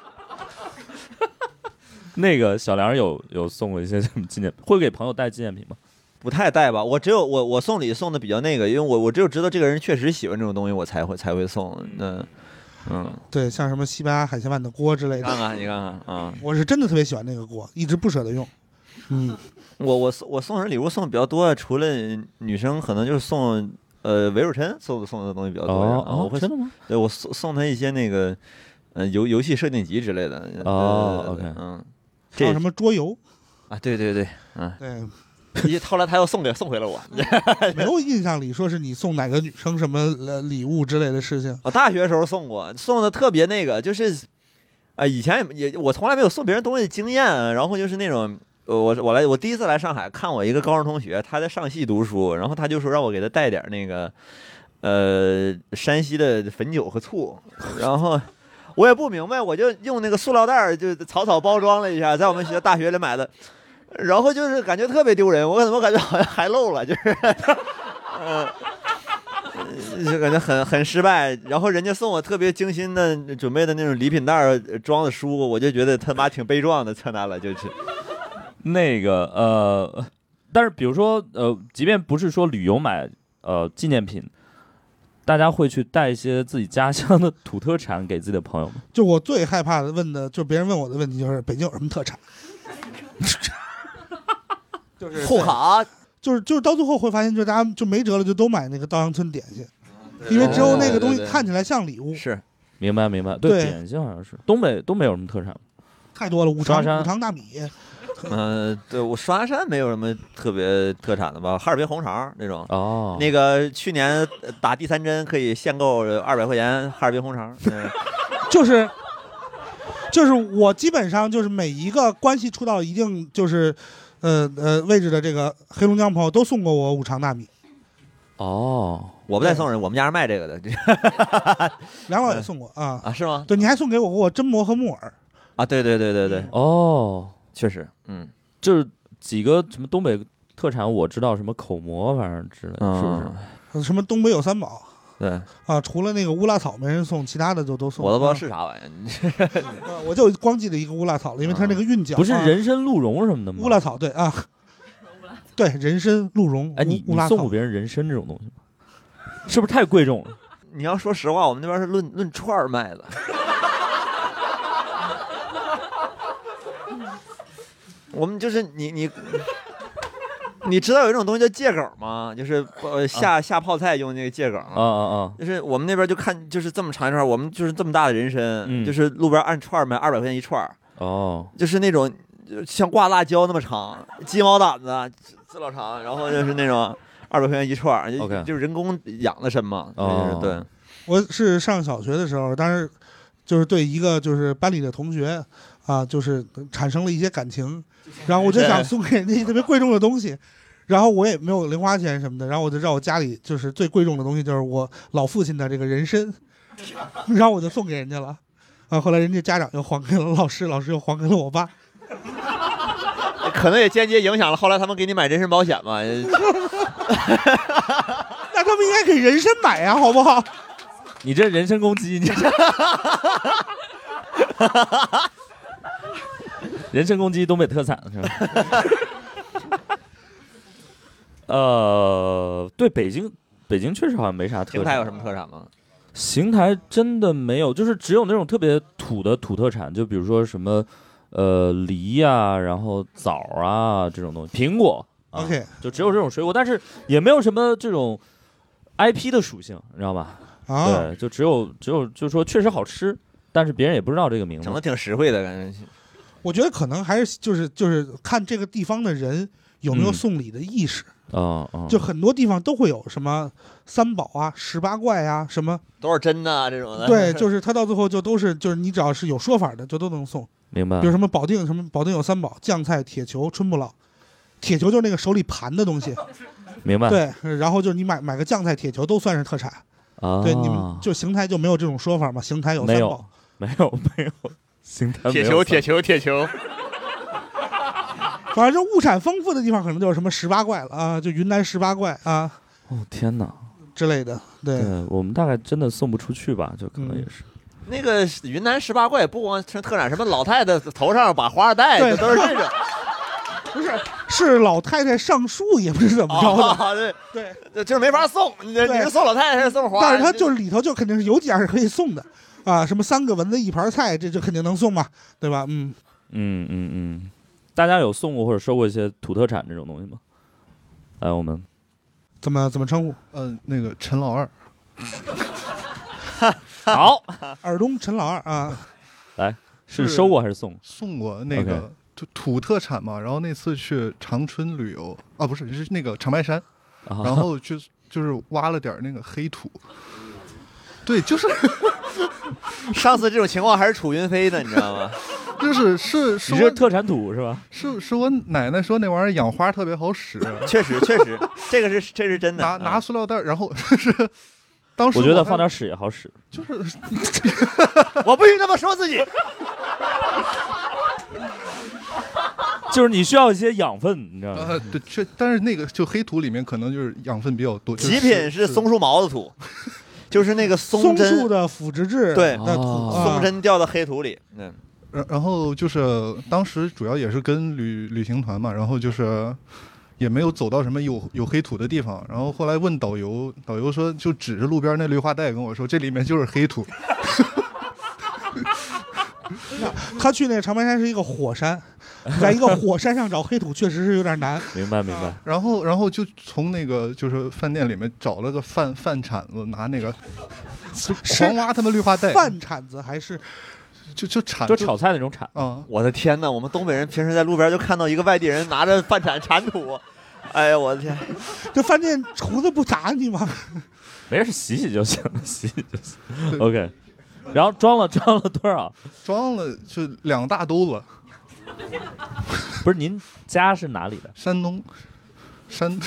那个小梁有有送过一些什么纪念品？会给朋友带纪念品吗？ 不太带吧，我只有我我送礼送的比较那个，因为我我只有知道这个人确实喜欢这种东西，我才会才会送。那嗯， 对，像什么西班牙海鲜饭的锅之类的， 看看你看看啊， 我是真的特别喜欢那个锅，一直不舍得用。嗯， 我我我送人礼物送的比较多，除了女生可能就是送呃韦汝辰送的送的东西比较多。 哦， 啊、我会真的吗？ 对，我送送他一些那个呃游游戏设定集之类的。 哦 ，OK， 嗯， 还有什么桌游啊？对对对，嗯， 对。 后来他又送给送回了我。 没有印象里说是你送哪个女生什么呃礼物之类的事情。 我大学时候送过，送的特别那个，就是啊、呃，以前也我从来没有送别人东西的经验，然后就是那种。我我来我第一次来上海看我一个高中同学，他在上戏读书，然后他就说让我给他带点那个，呃，山西的汾酒和醋，然后我也不明白，我就用那个塑料袋就草草包装了一下，在我们学校大学里买的，然后就是感觉特别丢人，我怎么感觉好像还漏了，就是，嗯、呃，就感觉很很失败。然后人家送我特别精心的准备的那种礼品袋装的书，我就觉得他妈挺悲壮的，扯淡了，就是。 那个呃，但是比如说呃，即便不是说旅游买呃纪念品，大家会去带一些自己家乡的土特产给自己的朋友吗？ 就我最害怕的问的，就别人问我的问题就是北京有什么特产，就是户口， 就是就是到最后会发现，就大家就没辙了，就都买那个稻香村点心，因为只有那个东西看起来像礼物。 是， 明白明白，对，对点心好像是东北东北有什么特产吗？ 太多了，五常五常大米。 嗯、呃，对我刷山没有什么特别特产的吧，哈尔滨红肠那种。 哦， 那个去年打第三针可以限购二百块钱哈尔滨红肠。嗯、 就是就是我基本上就是每一个关系处到一定就是呃呃位置的这个黑龙江朋友都送过我五常大米。 哦， 我不带送人，我们家是卖这个的。 梁老也送过啊啊？是吗？ 对，你还送给我过真馍和木耳啊？对对对对对。 哦。 确实，嗯， 就是几个什么东北特产，我知道什么口蘑，反正之类的，嗯、是不是？什么东北有三宝， 对啊，除了那个乌拉草没人送，其他的就都送。 我都不知道是啥玩意儿， 啊、我就光记得一个乌拉草了，因为它那个韵脚、啊、 不是人参鹿茸什么的吗？ 乌拉草，对啊，对人参鹿茸。 哎，你你送过别人人参这种东西吗？是不是太贵重了？ 你要说实话，我们那边是论论串卖的。我们就是你你，你知道有一种东西叫芥梗吗？就是呃下下泡菜用那个芥梗啊啊啊！ 就是我们那边就看就是这么长一串，我们就是这么大的人参， 嗯、 就是路边按串卖二百块钱一串。 哦， 就是那种像挂辣椒那么长，鸡毛掸子这老长，然后就是那种二百块钱一串，就、 okay. 就是人工养的参嘛。 哦， 对。 我是上小学的时候，当时就是对一个就是班里的同学啊，就是产生了一些感情。然后我就想送给人家特别贵重的东西，然后我也没有零花钱什么的，然后我就让我家里就是最贵重的东西就是我老父亲的这个人参，然后我就送给人家了，啊，后来人家家长又还给了老师，老师又还给了我爸， 可能也间接影响了后来他们给你买人身保险嘛。 那他们应该给人参买呀，好不好？ 你这人身攻击，你人身攻击东北特产是吧？呃，对，北京北京确实好像没啥特产。 邢台有什么特产吗？ 邢台真的没有，就是只有那种特别土的土特产，就比如说什么呃梨呀、啊，然后枣啊这种东西，苹果、啊、 ，OK， 就只有这种水果，但是也没有什么这种 I P 的属性，你知道吧？ 啊， 对，就只有只有就是说确实好吃，但是别人也不知道这个名字， 整的挺实惠的感觉。 我觉得可能还是就是就是看这个地方的人有没有送礼的意识。 嗯嗯， 就很多地方都会有什么三宝啊、十八怪啊，什么多少针呐、啊、这种的。 对，就是他到最后就都是就是你只要是有说法的，就都能送。 明白。 比如什么保定什么保定有三宝：酱菜、铁球、春不老。铁球就是那个手里盘的东西。 明白。 对，然后就是你买买个酱菜、铁球都算是特产。 啊。 对，你们就邢台就没有这种说法吗？邢台有三宝。 没有，没有，邢台铁球，铁球，铁球。 反正就物产丰富的地方，可能就是什么十八怪了啊，就云南十八怪啊。 哦天哪， 之类的。对， 对我们大概真的送不出去吧，就可能也是。 嗯、那个云南十八怪不光是特产，什么老太太头上把花带，这都是这种。 不是，是老太太上树也不是怎么着的。 哦、对对，就是没法送。你你是送老太太还是送花？ 但是它就是里头就肯定是有几样是可以送的啊，什么三个蚊子一盘菜，这就肯定能送嘛，对吧？嗯嗯嗯嗯。大家有送过或者收过一些土特产这种东西吗？来，我们怎么怎么称呼？ 呃，那个陈老二。 好， 尔东陈老二啊。 来，是收过还是送？ 送过那个就土特产嘛，然后那次去长春旅游啊，不是是那个长白山， 啊、 然后就就是挖了点那个黑土。对，就是上次这种情况还是楚云飞呢，你知道吗？ 就是是是你这特产土是吧？ 是是我奶奶说那玩意儿养花特别好使， 确实确实，这个是这是真的。 拿拿塑料袋，然后是当时我觉得放点屎也好使， 就是我不许这么说自己。 就是你需要一些养分，你知道吗？ 呃，对，确，但是那个就黑土里面可能就是养分比较多。 极品是松树毛的土，就是那个松针松树的腐殖质对的土， 哦松针掉到黑土里。嗯， 然然后就是当时主要也是跟旅旅行团嘛，然后就是也没有走到什么有有黑土的地方，然后后来问导游，导游说就指着路边那绿化带跟我说这里面就是黑土。 他去那个长白山是一个火山，在一个火山上找黑土确实是有点难。 明白明白。 然后然后就从那个就是饭店里面找了个饭饭铲子，拿那个狂挖他们绿化带。 饭铲子还是就就铲就炒菜那种铲啊！ 我的天哪，我们东北人平时在路边就看到一个外地人拿着饭铲铲土，哎呀我的天！ 这饭店厨子不打你吗？ 没事，洗洗就行，洗洗就行。OK。然后装了装了多少？ 装了就两大兜子。 不是，您家是哪里的？ 山东，山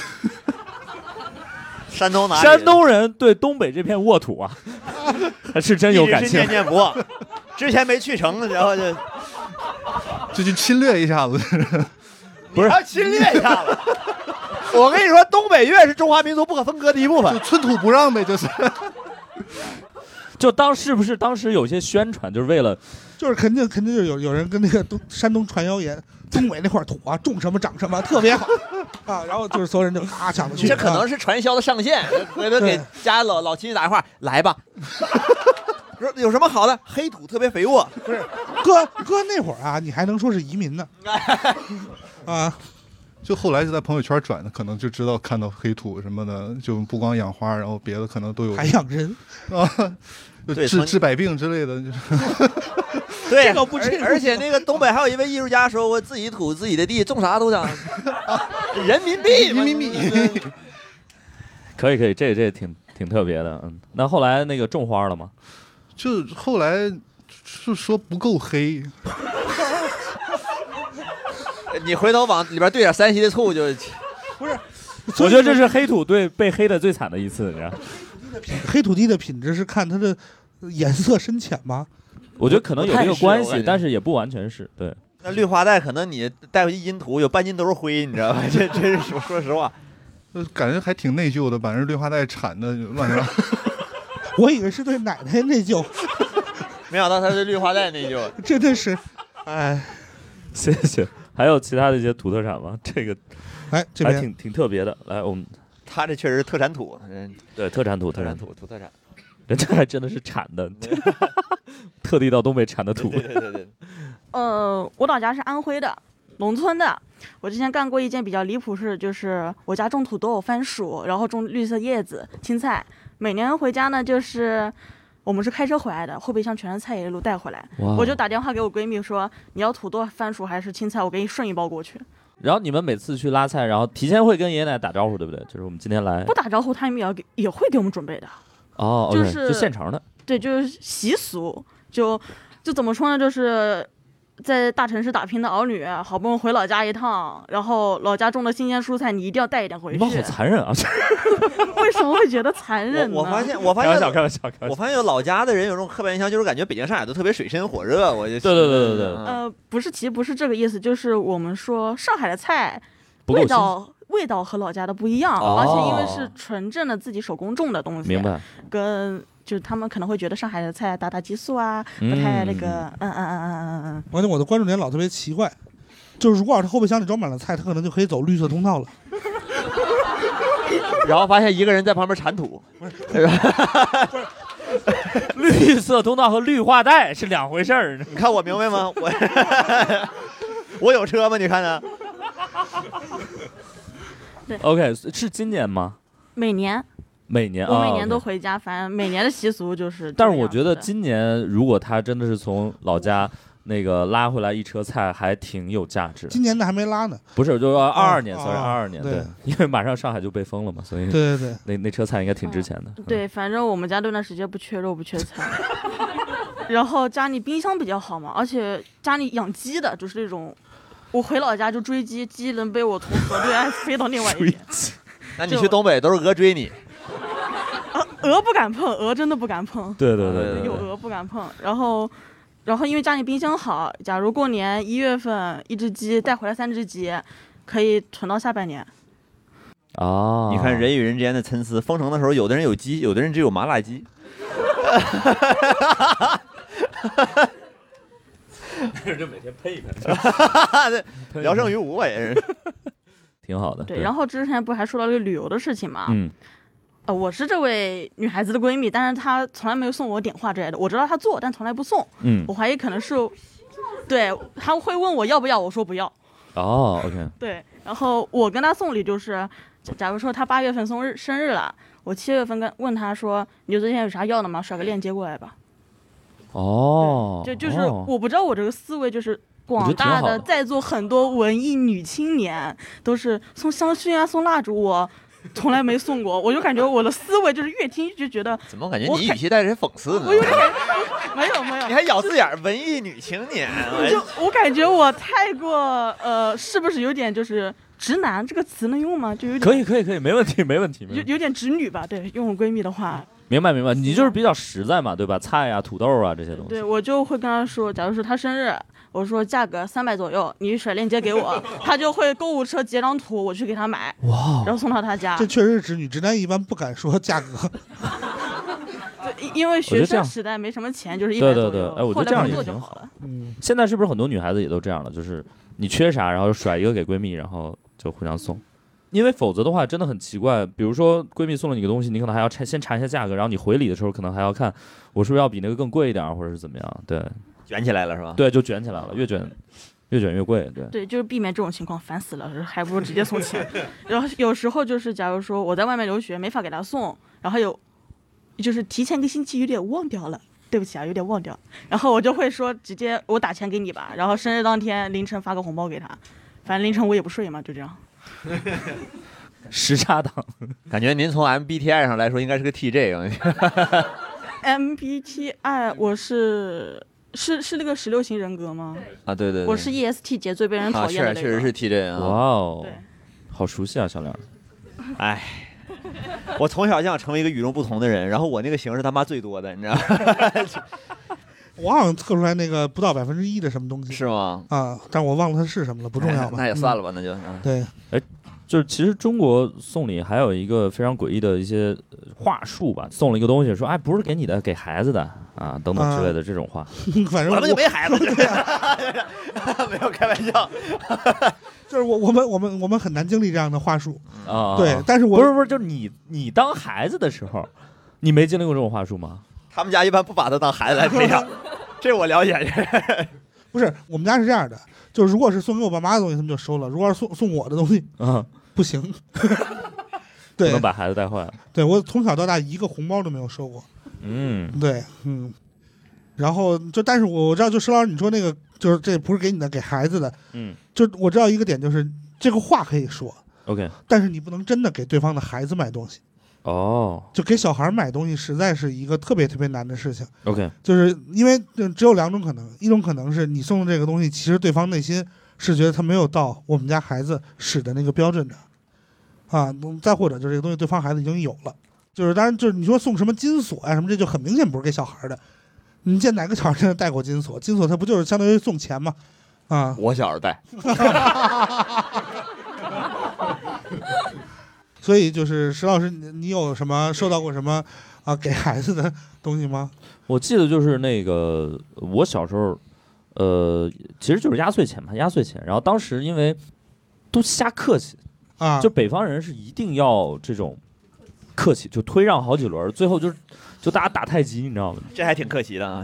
山东哪里？ 山东人对东北这片沃土啊，还是真有感情。 念念不忘，之前没去成，然后就就去侵略一下子。 不是要侵略一下子。我跟你说，东北乐是中华民族不可分割的一部分， 就寸土不让呗，就是。 就当是不是当时有些宣传，就是为了， 就是肯定肯定就有有人跟那个东山东传谣言，东北那块土啊，种什么长什么特别好啊，然后就是所有人就咔抢着去。 这可能是传销的上线，回头给家老老亲戚打电话，来吧。说有什么好的？黑土特别肥沃。 不是，哥哥那会儿啊，你还能说是移民呢？啊。 就后来就在朋友圈转的，可能就知道看到黑土什么的，就不光养花，然后别的可能都有。 还养人啊，就治治百病之类的。 对， 这个不治。 而且那个东北还有一位艺术家说过，自己土自己的地，种啥都长。人民币， 人民币。 可以可以，这这挺挺特别的。嗯，那后来那个种花了吗？ 就后来是说不够黑。 你回头往里边兑点山西的醋就， 不是， 我觉得这是黑土对被黑的最惨的一次，你知道？ 黑土地的品质是看它的颜色深浅吗？ 我觉得可能有这个关系，但是也不完全是。对， 那绿化带可能你带回去阴土有半斤都是灰，你知道吧？这这是说说实话， 感觉还挺内疚的，把人绿化带铲的乱七八糟。 我以为是对奶奶内疚， 没想到他是绿化带内疚， 真的是，哎， 谢谢。还有其他的一些土特产吗？这个， 哎，这边还挺挺特别的。来，我们他这确实是特产土， 对，特产土， 特产土，土特产， 人家还真的是产的，特地到东北产的土。 对对对对。 呃，我老家是安徽的，农村的。我之前干过一件比较离谱事，就是我家种土豆、番薯，然后种绿色叶子、青菜。每年回家呢，就是我们是开车回来的，后备箱全是菜叶一路带回来。我就打电话给我闺蜜说，你要土豆、番薯还是青菜，我给你顺一包过去。 然后你们每次去拉菜，然后提前会跟爷爷奶奶打招呼，对不对？就是我们今天来不打招呼，他们也要给也会给我们准备的。 哦， 就是、 okay, 就现成的。 对，就是习俗，就就怎么说呢？就是在大城市打拼的儿女，好不容易回老家一趟，然后老家种的新鲜蔬菜，你一定要带一点回去。 你们好残忍啊！ 为什么会觉得残忍呢？ 我, 我发现，我发现， 开玩笑，开玩笑，开玩笑。 我发现有老家的人有这种刻板印象，就是感觉北京、上海都特别水深火热。我就对对对对对。 呃，不是，其实不是这个意思，就是我们说上海的菜不够味道味道和老家的不一样， 哦、 而且因为是纯正的自己手工种的东西， 明白？ 跟就是他们可能会觉得上海的菜打打激素啊，不太那个，嗯嗯嗯嗯嗯嗯。 完了，我的关注点老特别奇怪，就是如果要是后备箱里装满了菜，他可能就可以走绿色通道了。 然后发现一个人在旁边铲土， 不是绿色通道和绿化带是两回事儿。 你看我明白吗？我我有车吗？你看呢？ 对 OK， 是今年吗？ 每年。 每年我每年都回家，反正每年的习俗就是。 但是我觉得今年如果他真的是从老家那个拉回来一车菜还挺有价值。 今年的还没拉呢， 不是，就二二年， 哦 sorry，二二年， 对， 因为马上上海就被封了嘛，所以对对对， 那那车菜应该挺值钱的。 对，反正我们家那段时间不缺肉不缺菜，然后家里冰箱比较好嘛，而且家里养鸡的，就是那种，我回老家就追鸡，鸡能被我从河对岸飞到另外一边。 那你去东北都是鹅追你。 啊，鹅不敢碰，鹅真的不敢碰。 对对对对， 有鹅不敢碰。然后，然后因为家里冰箱好，假如过年一月份一只鸡带回来三只鸡，可以存到下半年。 哦， 你看人与人之间的参差。封城的时候，有的人有鸡，有的人只有麻辣鸡。 就每天喷一喷， 聊胜于无吧，也是， 挺好的。 对，然后之前不还说到这个旅游的事情嘛？ 嗯。 呃，我是这位女孩子的闺蜜，但是她从来没有送我点画之类的。我知道她做，但从来不送。 嗯， 我怀疑可能是，对，她会问我要不要，我说不要。 哦 ，OK。 对，然后我跟她送礼就是，假如说她八月份生日生日了，我七月份跟问她说，你最近有啥要的吗？甩个链接过来吧。 哦， 就就是我不知道我这个思维就是。广大的在座很多文艺女青年都是送香薰啊，送蜡烛，我从来没送过，我就感觉我的思维就是越听就觉得怎么感觉你语气带着讽刺呢？ 我有点没有没有， 你还咬字眼文艺女青年， 就我感觉我太过呃，是不是有点就是直男这个词能用吗？就有点可以可以可以，没问题没问题， 有有点直女吧？对，用我闺蜜的话。 明白明白，你就是比较实在嘛，对吧？菜啊、土豆啊这些东西。 对，我就会跟她说，假如说她生日，我说价格三百左右，你甩链接给我，她就会购物车截张图，我去给她买，哇，然后送到她家。 这确实是直女，直男一般不敢说价格。 对，因为学生时代没什么钱，就是一百左右。 对对对，哎，我觉得这样也挺好的。嗯，现在是不是很多女孩子也都这样了？就是你缺啥，然后甩一个给闺蜜，然后就互相送。因为否则的话真的很奇怪，比如说闺蜜送了你个东西，你可能还要查先查一下价格，然后你回礼的时候可能还要看我是不是要比那个更贵一点，或者是怎么样。对， 卷起来了是吧？ 对，就卷起来了，越卷越卷越贵。对对，就是避免这种情况，烦死了，还不如直接送钱。然后有时候就是假如说我在外面留学没法给她送，然后有就是提前一个星期有点忘掉了，对不起啊，有点忘掉，然后我就会说直接我打钱给你吧，然后生日当天凌晨发个红包给她，反正凌晨我也不睡嘛，就这样。 时差党， 感觉您从 M B T I 上来说应该是个 T J。 M B T I 我是是是那个十六型人格吗？ 啊，对 对, 对， 我是 E S T 姐最被人讨厌的那个。 啊、确实是 T J 啊。 哇哦，好熟悉啊，小梁。 哎，我从小就想成为一个与众不同的人，然后我那个型是他妈最多的，你知道吗？ 我好像测出来那个不到百分之一的什么东西， 是吗？ 啊，但我忘了它是什么了，不重要吧？ 那也算了吧，嗯、那就、 嗯、对。 哎，就是其实中国送礼还有一个非常诡异的一些话术吧，送了一个东西说，哎，不是给你的，给孩子的啊，等等之类的这种话。 啊、反正我们就没孩子，没有开玩笑。 就是我我们我们我们很难经历这样的话术啊。 对，但是我不是不是，就是你你当孩子的时候，你没经历过这种话术吗？ 他们家一般不把他当孩子来培养，这我了解。 不是，我们家是这样的，就是如果是送给我爸妈的东西，他们就收了；如果是送送我的东西， 啊， 不行。对， 不能把孩子带坏了。 对，我从小到大一个红包都没有收过。 嗯， 对，嗯。然后就，但是我知道，就石老师你说那个，就是这不是给你的，给孩子的。 嗯。 就我知道一个点，就是这个话可以说 ，OK， 但是你不能真的给对方的孩子买东西。 哦， 就给小孩买东西实在是一个特别特别难的事情。 OK， 就是因为只有两种可能，一种可能是你送的这个东西，其实对方内心是觉得他没有到我们家孩子使的那个标准的，啊，再或者就是这个东西对方孩子已经有了，就是当然就是你说送什么金锁啊什么，这就很明显不是给小孩的。你见哪个小孩真的戴过金锁？金锁它不就是相当于送钱吗？啊， 我小时候戴。 所以就是石老师，你有什么收到过什么啊给孩子的东西吗？ 我记得就是那个我小时候，呃，其实就是压岁钱嘛，压岁钱。然后当时因为都瞎客气啊， 就北方人是一定要这种客气，就推让好几轮，最后就是就大家打太极，你知道吗？ 这还挺客气的啊。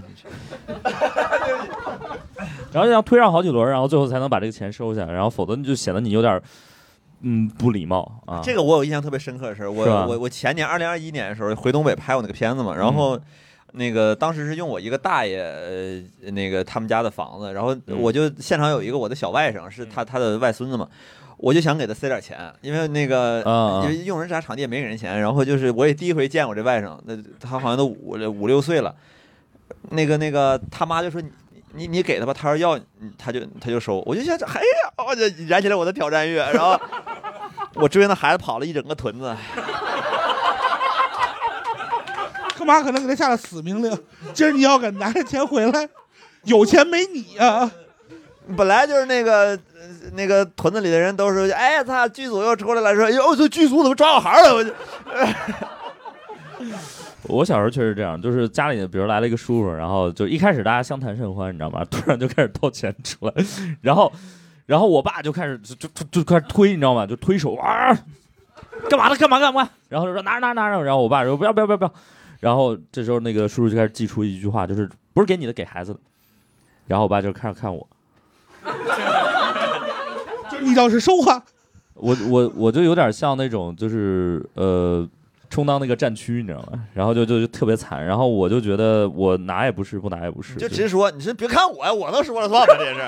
然后要推让好几轮，然后最后才能把这个钱收下，然后否则你就显得你有点。嗯，不礼貌啊！ 这个我有印象特别深刻的事儿。我我我前年二零二一年的时候回东北拍我那个片子嘛，然后， 那个当时是用我一个大爷，呃，那个他们家的房子，然后我就现场有一个我的小外甥，是他他的外孙子嘛，我就想给他塞点钱，因为那个啊因为用人啥场地也没给人钱，然后就是我也第一回见我这外甥，那他好像都五五六岁了，那个那个他妈就说你你你给他吧，他说要他就他就收，我就想哎呀，我就燃起来我的挑战欲，然后我追那孩子跑了一整个屯子。 干嘛可能给他下了死命令？今儿你要敢拿着钱回来，有钱没你啊！ 本来就是那个那个屯子里的人都说，哎呀，他剧组又出来了，说，哟，这剧组怎么抓小孩了？我就。 我小时候确实这样，就是家里比如来了一个叔叔，然后就一开始大家相谈甚欢，你知道吗？突然就开始掏钱出来，然后，然后我爸就开始就就就开始推，你知道吗？就推手啊，干嘛呢？干嘛干嘛？然后就说拿拿拿，然后我爸说不要不要不要不要。然后这时候那个叔叔就开始祭出一句话，就是不是给你的，给孩子的。然后我爸就开始看我， 你倒是收啊！ 我我我就有点像那种就是呃充当那个战区，你知道吗？然后就就就特别惨。然后我就觉得我拿也不是，不拿也不是， 就直接说，你是别看我呀，我能说了算吧，这是。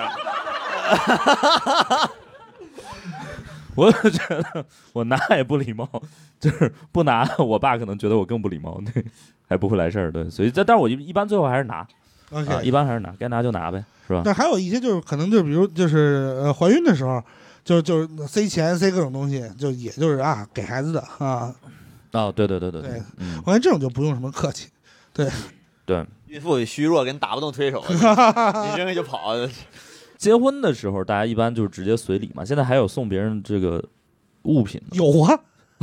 我就觉得我拿也不礼貌，就是不拿，我爸可能觉得我更不礼貌，对，还不会来事儿，对，所以但但是我一一般最后还是拿 ，OK，、 啊、一般还是拿，该拿就拿呗，是吧？ 但还有一些就是可能就比如就是呃怀孕的时候，就就塞钱塞各种东西，就也就是啊给孩子的啊。 哦，对对对对对， 嗯， 我看这种就不用什么客气，对对， 孕妇虚弱，给你打不动推手，你扔下就跑。 结婚的时候，大家一般就是直接随礼嘛。现在还有送别人这个物品的， 有啊。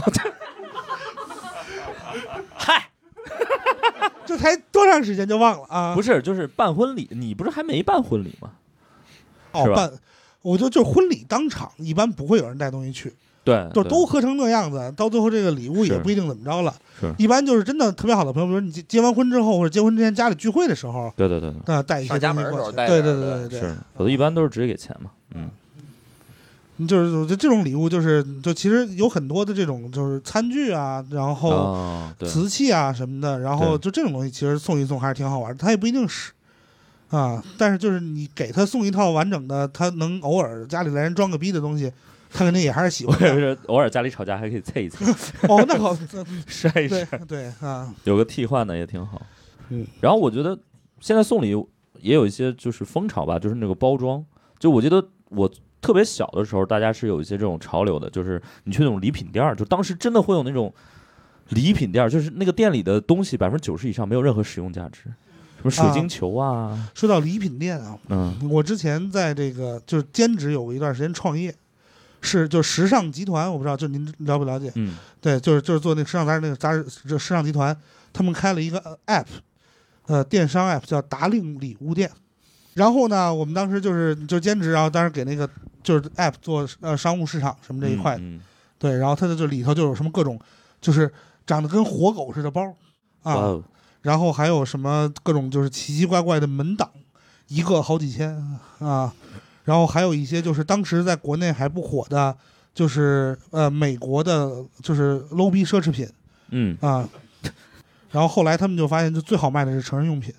嗨， 这才多长时间就忘了啊？ 不是，就是办婚礼，你不是还没办婚礼吗？ 哦，办，我就就婚礼当场一般不会有人带东西去。 对， 就都喝成那样子，到最后这个礼物也不一定怎么着了。 是， 一般就是真的特别好的朋友，比如你结结完婚之后，或者结婚之前家里聚会的时候， 对对对， 那带一些东西过去。对对对对对， 是，否则一般都是直接给钱嘛。嗯， 就是我觉得这种礼物就是就其实有很多的这种就是餐具啊，然后瓷器啊什么的，然后就这种东西其实送一送还是挺好玩的，它也不一定是。啊，但是就是你给他送一套完整的，他能偶尔家里来人装个逼的东西。他肯定也还是喜欢的。 我是偶尔家里吵架还可以蹭一蹭。 哦，那好， 晒一晒。 对对啊， 有个替换的也挺好。 嗯， 然后我觉得现在送礼也有一些就是风潮吧，就是那个包装。就我记得我特别小的时候，大家是有一些这种潮流的，就是你去那种礼品店，就当时真的会有那种礼品店，就是那个店里的东西百分之九十以上没有任何实用价值。什么水晶球啊？ 啊说到礼品店啊， 嗯， 我之前在这个就是兼职有过一段时间创业。是，就时尚集团，我不知道，就您了不了解？ 嗯， 对，就是就是做那个时尚杂志那个杂志，这时尚集团，他们开了一个 app， 呃，电商 app 叫达令礼物店。然后呢，我们当时就是就兼职，然后当时给那个就是 app 做呃商务市场什么这一块的， 嗯嗯、 对，然后它的就里头就有什么各种，就是长得跟活狗似的包啊， 哦、 然后还有什么各种就是奇奇怪怪的门档，一个好几千啊。然后还有一些就是当时在国内还不火的，就是呃美国的，就是 low 逼奢侈品， 嗯啊，然后后来他们就发现，就最好卖的是成人用品，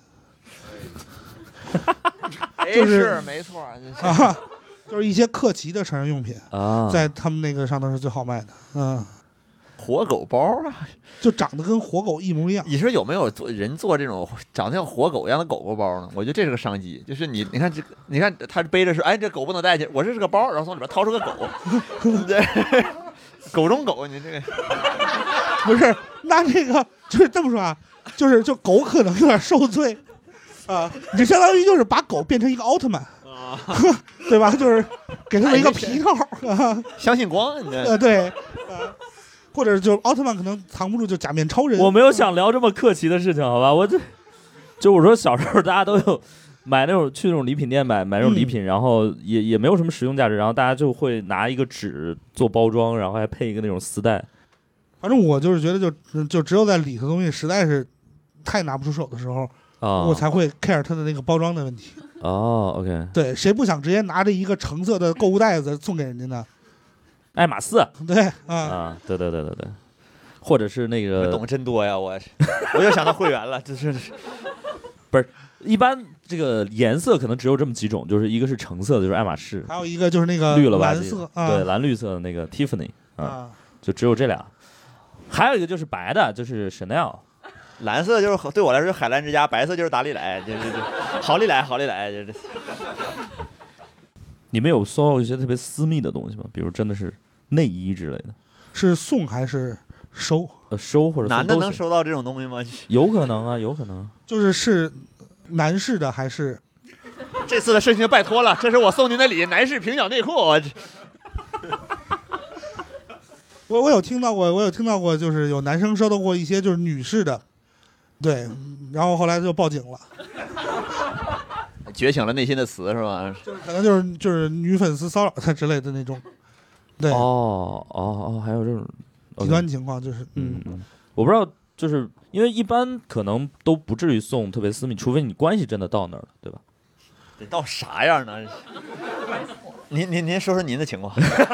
就是没错啊，就是一些克奇的成人用品啊， 在他们那个上头是最好卖的，嗯。 活狗包啊， 就长得跟活狗一模一样。 你说有没有做人做这种长得像活狗一样的狗狗包呢？我觉得这是个商机，就是你你看这你看他背着是，哎，这狗不能带去，我这是个包，然后从里边掏出个狗，对，狗中狗，你这个不是？那这个就是这么说啊，就是就狗可能有点受罪啊，你相当于就是把狗变成一个奥特曼。啊，对吧？就是给他们一个皮套啊， 相信光，你这呃对，呃，或者就奥特曼可能藏不住，就假面超人。 我没有想聊这么客气的事情，好吧？我这就我说小时候大家都有买那种去那种礼品店买买那种礼品，嗯、然后也也没有什么实用价值，然后大家就会拿一个纸做包装，然后还配一个那种丝带。 反正我就是觉得就就只有在里头东西实在是太拿不出手的时候。 哦、 我才会 care 它的那个包装的问题。 哦 ，OK， 对，谁不想直接拿着一个橙色的购物袋子送给人家呢？ 爱马仕， 对啊， 啊，对对对对对， 或者是那个懂真多呀，我我又想到会员了，这是不是一般这个颜色可能只有这么几种，就是一个是橙色的，就是爱马仕， 还有一个就是那个绿了吧蓝色，啊、 对，蓝绿色的那个 Tiffany 啊， 啊就只有这俩。还有一个就是白的，就是 Chanel。 蓝色就是对我来说海澜之家，白色就是达利来，这这这好利来好利来，这这。 你们有收到一些特别私密的东西吗？比如真的是内衣之类的， 是送还是收？ 呃，收或者送男的能收到这种东西吗？ 有可能啊，有可能。 就是是男士的还是？ 这次的事情拜托了，这是我送您的礼，男士平角内裤。我我我有听到过，我有听到过，就是有男生收到过一些就是女士的，对，然后后来就报警了。 觉醒了内心的词是吧？ 就是可能就是就是女粉丝骚扰他之类的那种，对。 哦哦哦，还有这种极端情况，就是嗯嗯，我不知道，就是因为一般可能都不至于送特别私密，除非你关系真的到那儿了，对吧？ 得到啥样呢？您您您说说您的情况。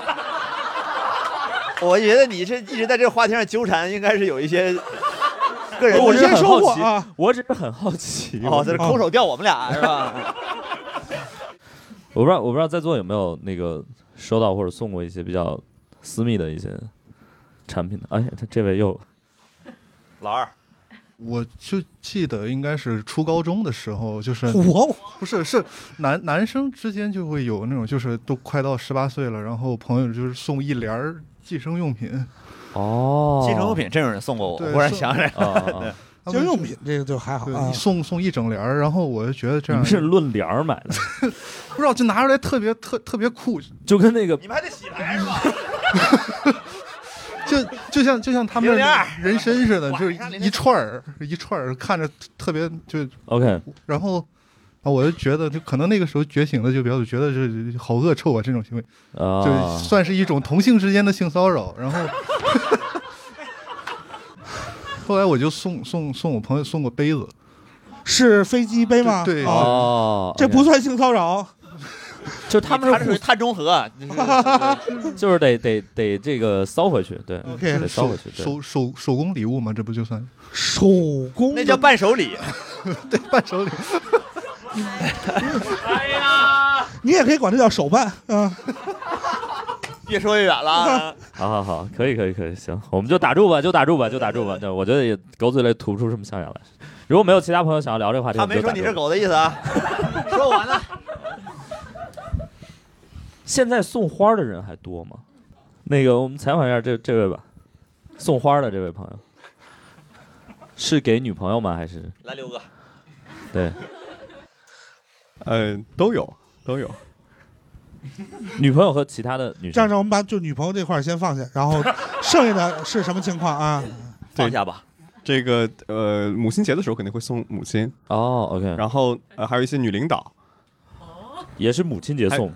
我觉得你是一直在这个话题上纠缠，应该是有一些个人。 我是很好奇， 啊、 我只是很好奇。 哦，这是空手钓我们俩是吧？ 我不知道，我不知道在座有没有那个收到或者送过一些比较私密的一些产品的。哎，他这位又老二。 我就记得应该是初高中的时候，就是我不是是男男生之间就会有那种，就是都快到十八岁了，然后朋友就是送一帘儿计生用品。 哦， 计生用品真有人送过我，我忽然想起来了。 计生用品这个就还好啊， 送送一整帘儿，然后我就觉得这样你是论帘儿买的， 不知道就拿出来特别特特别酷， 就跟那个你们还得洗牌是吧？ 就就像就像他们人参似的，就是一串儿一串儿，看着特别就 OK。 然后啊，我就觉得就可能那个时候觉醒的就比较觉得这好恶臭啊，这种行为， 啊、 就算是一种同性之间的性骚扰。然后后来我就送送送我朋友送过杯子， 是飞机杯吗？ 对哦， 这不算性骚扰。 就他们是属于碳中和， 就是得得得这个骚回去，对 ，OK， 得骚回去， 手手手工礼物嘛，这不就算手工？ 那叫伴手礼， 对，伴手礼。 哎呀， 你也可以管这叫手办啊。 越说越远了。 好好好，可以可以可以，行，我们就打住吧，就打住吧，就打住吧。对，我觉得也狗嘴里吐不出什么象牙来。如果没有其他朋友想要聊这个话题， 他没说你是狗的意思啊。说完了。 现在送花的人还多吗？那个，我们采访一下这这位吧，送花的这位朋友，是给女朋友吗？还是来刘哥？ 对， 呃，都有都有。 女朋友和其他的女生。 这样子，我们把就女朋友这块先放下，然后剩下的是什么情况啊？ 放下吧。 这个呃，母亲节的时候肯定会送母亲哦 ，OK。 然后呃，还有一些女领导， 也是母亲节送。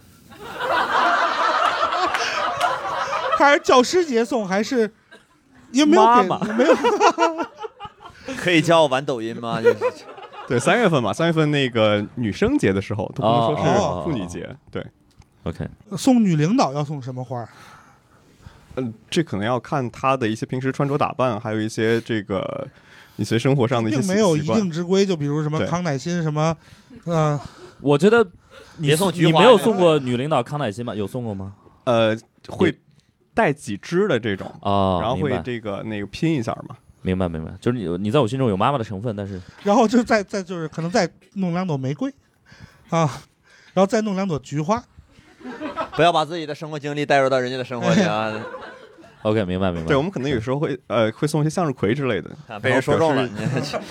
还是教师节送，还是有没有给？ 妈妈没有。 可以教我玩抖音吗？就是对，三月份嘛，三月份那个女生节的时候，都不能说是妇女节。 哦、 对 ，OK。 送女领导要送什么花？ 嗯、呃，这可能要看她的一些平时穿着打扮，还有一些这个一些生活上的一些习惯。 并没有一定之规，就比如什么康乃馨什么，呃， 我觉得你别送菊花。 你没有送过女领导康乃馨吗？有送过吗？ 呃，会。带几支的这种啊、哦， 然后会这个那个拼一下嘛。 明白明白，就是你你在我心中有妈妈的成分，但是然后就再再就是可能再弄两朵玫瑰，啊，然后再弄两朵菊花。 不要把自己的生活经历带入到人家的生活里啊。 OK， 明白明白。 对，我们可能有时候会呃会送一些向日葵之类的， 啊、被人说中了。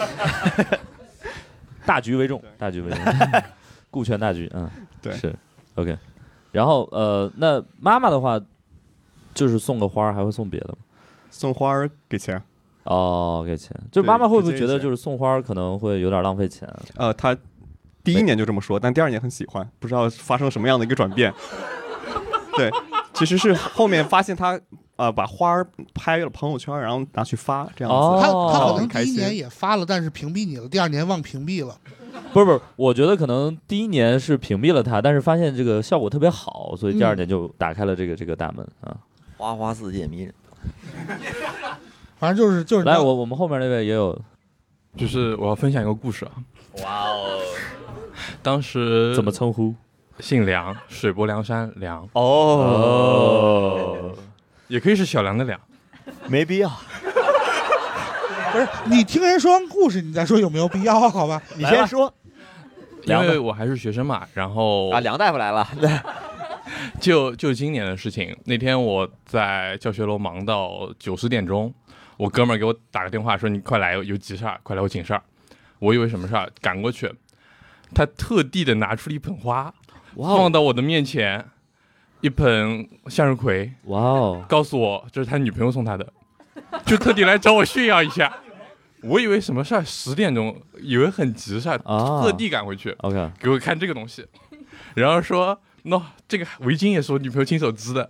大局为重，大局为重，顾全大局，嗯， 对， 是 OK。然后呃，那妈妈的话。就是送个花，还会送别的吗？ 送花给钱哦，给钱。就妈妈会不会觉得就是送花可能会有点浪费钱？ 呃，她第一年就这么说，但第二年很喜欢，不知道发生什么样的一个转变。对，其实是后面发现她呃把花拍了朋友圈，然后拿去发这样子。 哦、 他他可能第一年也发了，但是屏蔽你了，第二年忘屏蔽了。 不是不是，我觉得可能第一年是屏蔽了他，但是发现这个效果特别好，所以第二年就打开了这个、嗯、这个大门啊。 花花世界迷人。 反正就是就是来，我我们后面那位也有， 就是我要分享一个故事啊。 哇哦， 当时怎么称呼？ 姓梁，水泊梁山梁。 哦， 也可以是小梁的梁， 没必要。 不是你听人说完故事，你再说有没有必要？好吧， 你先说。 因为我还是学生嘛，然后啊，梁大夫来了。 就就今年的事情，那天我在教学楼忙到九十点钟，我哥们儿给我打个电话说你快来，有急事儿，快来我请事儿。我以为什么事儿，赶过去，他特地的拿出了一盆花，放到我的面前，一盆向日葵， 哇哦， 告诉我这是他女朋友送他的，就特地来找我炫耀一下。我以为什么事儿，十点钟以为很急事儿， 啊特地赶回去 ，OK， 给我看这个东西，然后说 no， 这个围巾也是我女朋友亲手织的。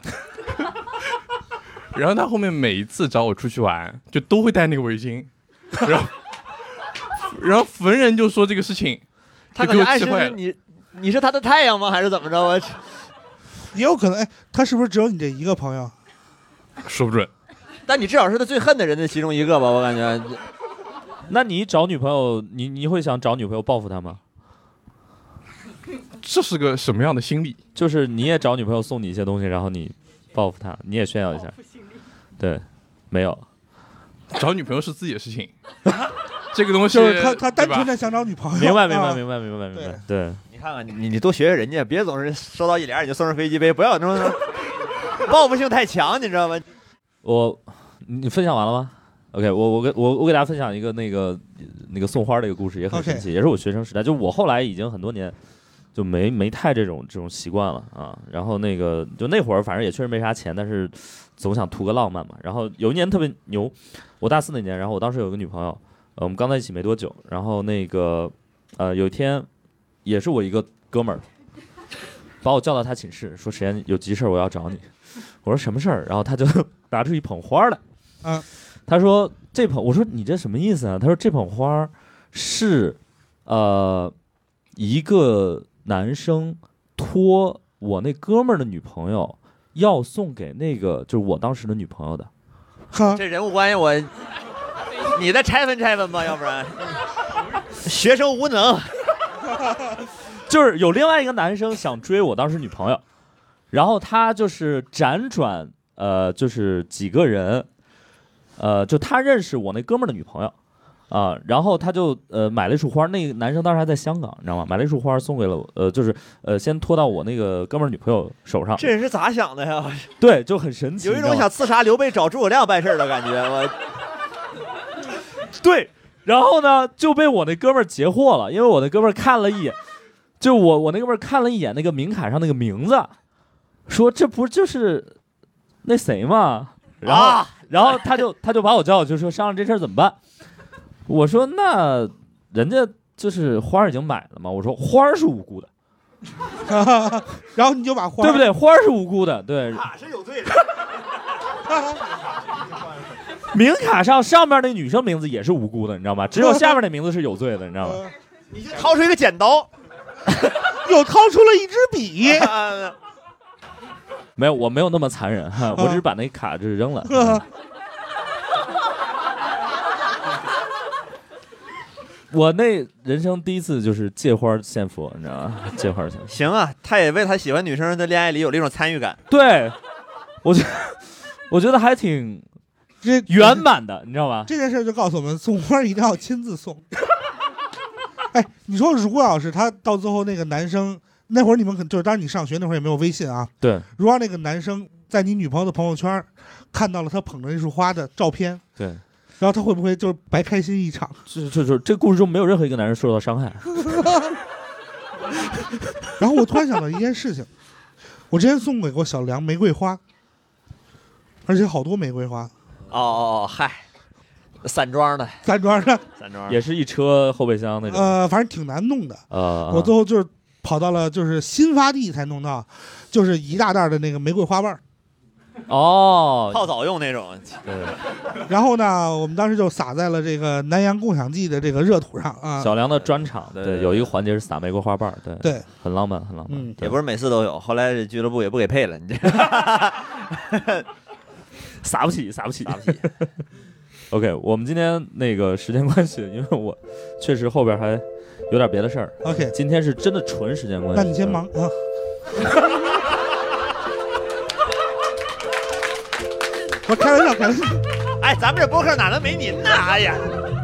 然后他后面每一次找我出去玩，就都会带那个围巾，然后然后逢人就说这个事情， 他就给我气坏了。 暗示你你是他的太阳吗？还是怎么着？我也有可能，哎，他是不是只有你这一个朋友？ 说不准。 但你至少是他最恨的人的其中一个吧？我感觉。 那你找女朋友，你你会想找女朋友报复他吗？ 这是个什么样的心理？ 就是你也找女朋友送你一些东西，然后你报复他，你也炫耀一下。对，没有。 找女朋友是自己的事情，这个东西就是他他单纯的想找女朋友。 明白明白啊明白明白明白。对， 你看看你你多学学人家，别总是收到一联你就送上飞机杯，不要有那种报复性太强，你知道吗？ 我你分享完了吗？OK， 我我给我我给大家分享一个那个那个送花的一个故事，也很神奇， okay. 也是我学生时代。就我后来已经很多年就没没太这种这种习惯了啊。然后那个就那会儿反正也确实没啥钱，但是总想图个浪漫嘛。然后有一年特别牛，我大四那年，然后我当时有个女朋友，呃，我们刚在一起没多久。然后那个呃有一天也是我一个哥们儿把我叫到他寝室，说时间有急事我要找你。我说什么事儿？然后他就拿出一捧花来， 啊。 他说这捧，我说你这什么意思啊？他说这捧花是，呃，一个男生托我那哥们儿的女朋友要送给那个就是我当时的女朋友的。 这人物关系我，你再拆分拆分吧，要不然学生无能。 就是有另外一个男生想追我当时女朋友，然后他就是辗转呃，就是几个人。呃，就他认识我那哥们儿的女朋友，啊、呃，然后他就呃买了一束花，那个男生当时还在香港，你知道吗？买了一束花送给了我，呃，就是呃先托到我那个哥们儿女朋友手上。 这人是咋想的呀？ 对，就很神奇， 有一种想刺杀刘备找诸葛亮办事的感觉。我， 对，然后呢就被我那哥们儿截获了，因为我那哥们儿看了一眼，就我我那哥们儿看了一眼那个名卡上那个名字，说这不就是那谁吗？然后。啊然后他就他就把我叫，就说商量这事儿怎么办。我说那人家就是花已经买了嘛，我说花是无辜的， 然后你就把花对不对？花是无辜的，对。 卡是有罪的。 名卡上上面那女生名字也是无辜的，你知道吗？只有下面那名字是有罪的，你知道吗？ 你就掏出一个剪刀， 又掏出了一支笔。 没有，我没有那么残忍哈，我只是把那卡就是扔了。我那人生第一次就是借花献佛，你知道吗？借花献佛。 行啊，他也为他喜欢女生的恋爱里有了一种参与感。 对，我觉得我觉得还挺这圆满的，你知道吧？ 这件事就告诉我们，送花一定要亲自送。哎，你说如果要是他到最后那个男生。那会儿你们可就是当然你上学那会儿也没有微信啊。 对。 如果那个男生在你女朋友的朋友圈看到了他捧着一束花的照片， 对， 然后他会不会就是白开心一场？ 就就就这个故事中没有任何一个男人受到伤害。 然后我突然想到一件事情，我之前送给过小梁玫瑰花，而且好多玫瑰花。 哦哦哦，嗨，散装的， 散装的， 散装也是一车后备箱那种。 呃，反正挺难弄的。 呃， 我最后就是。跑到了就是新发地才弄到，就是一大袋的那个玫瑰花瓣。 哦， 泡澡用那种。 对。 然后呢，我们当时就撒在了这个南阳共享记的这个热土上啊。 小梁的专场，对，对有一个环节是撒玫瑰花瓣，对， 对， 很浪漫，很浪漫。 嗯， 也不是每次都有，后来这俱乐部也不给配了，你这撒不起，撒不起， 撒不起。 OK， 我们今天那个时间关系，因为我确实后边还有点别的事儿。 OK， 今天是真的纯时间关系。 那你先忙啊。我开玩笑，开玩笑。 哎，咱们这播客哪能没您呢？哎呀。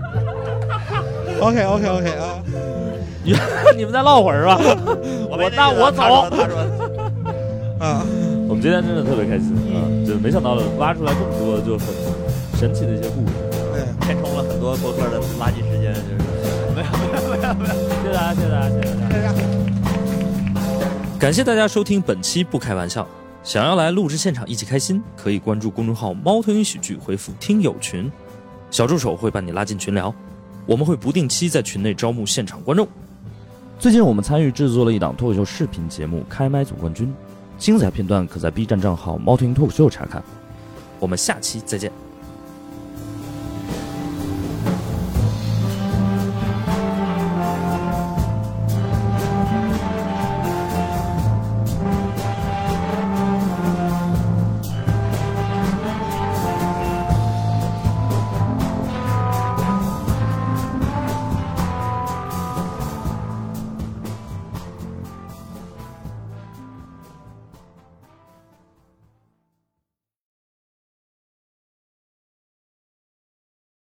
OK OK OK 啊， 你们再唠会儿吧。我那我走。 他说啊， 我们今天真的特别开心啊，就没想到挖出来这么多就很神奇的一些故事， 对， 填充了很多播客的垃圾时间，就是没有没有没有没有， 谢谢大家，谢谢大家，谢谢大家。感谢大家收听本期不开玩笑。想要来录制现场一起开心，可以关注公众号猫头鹰喜剧，回复听友群，小助手会把你拉进群聊，我们会不定期在群内招募现场观众。最近我们参与制作了一档脱口秀视频节目《开麦总冠军》，精彩片段可在 B 站账号猫头鹰脱口秀查看。我们下期再见。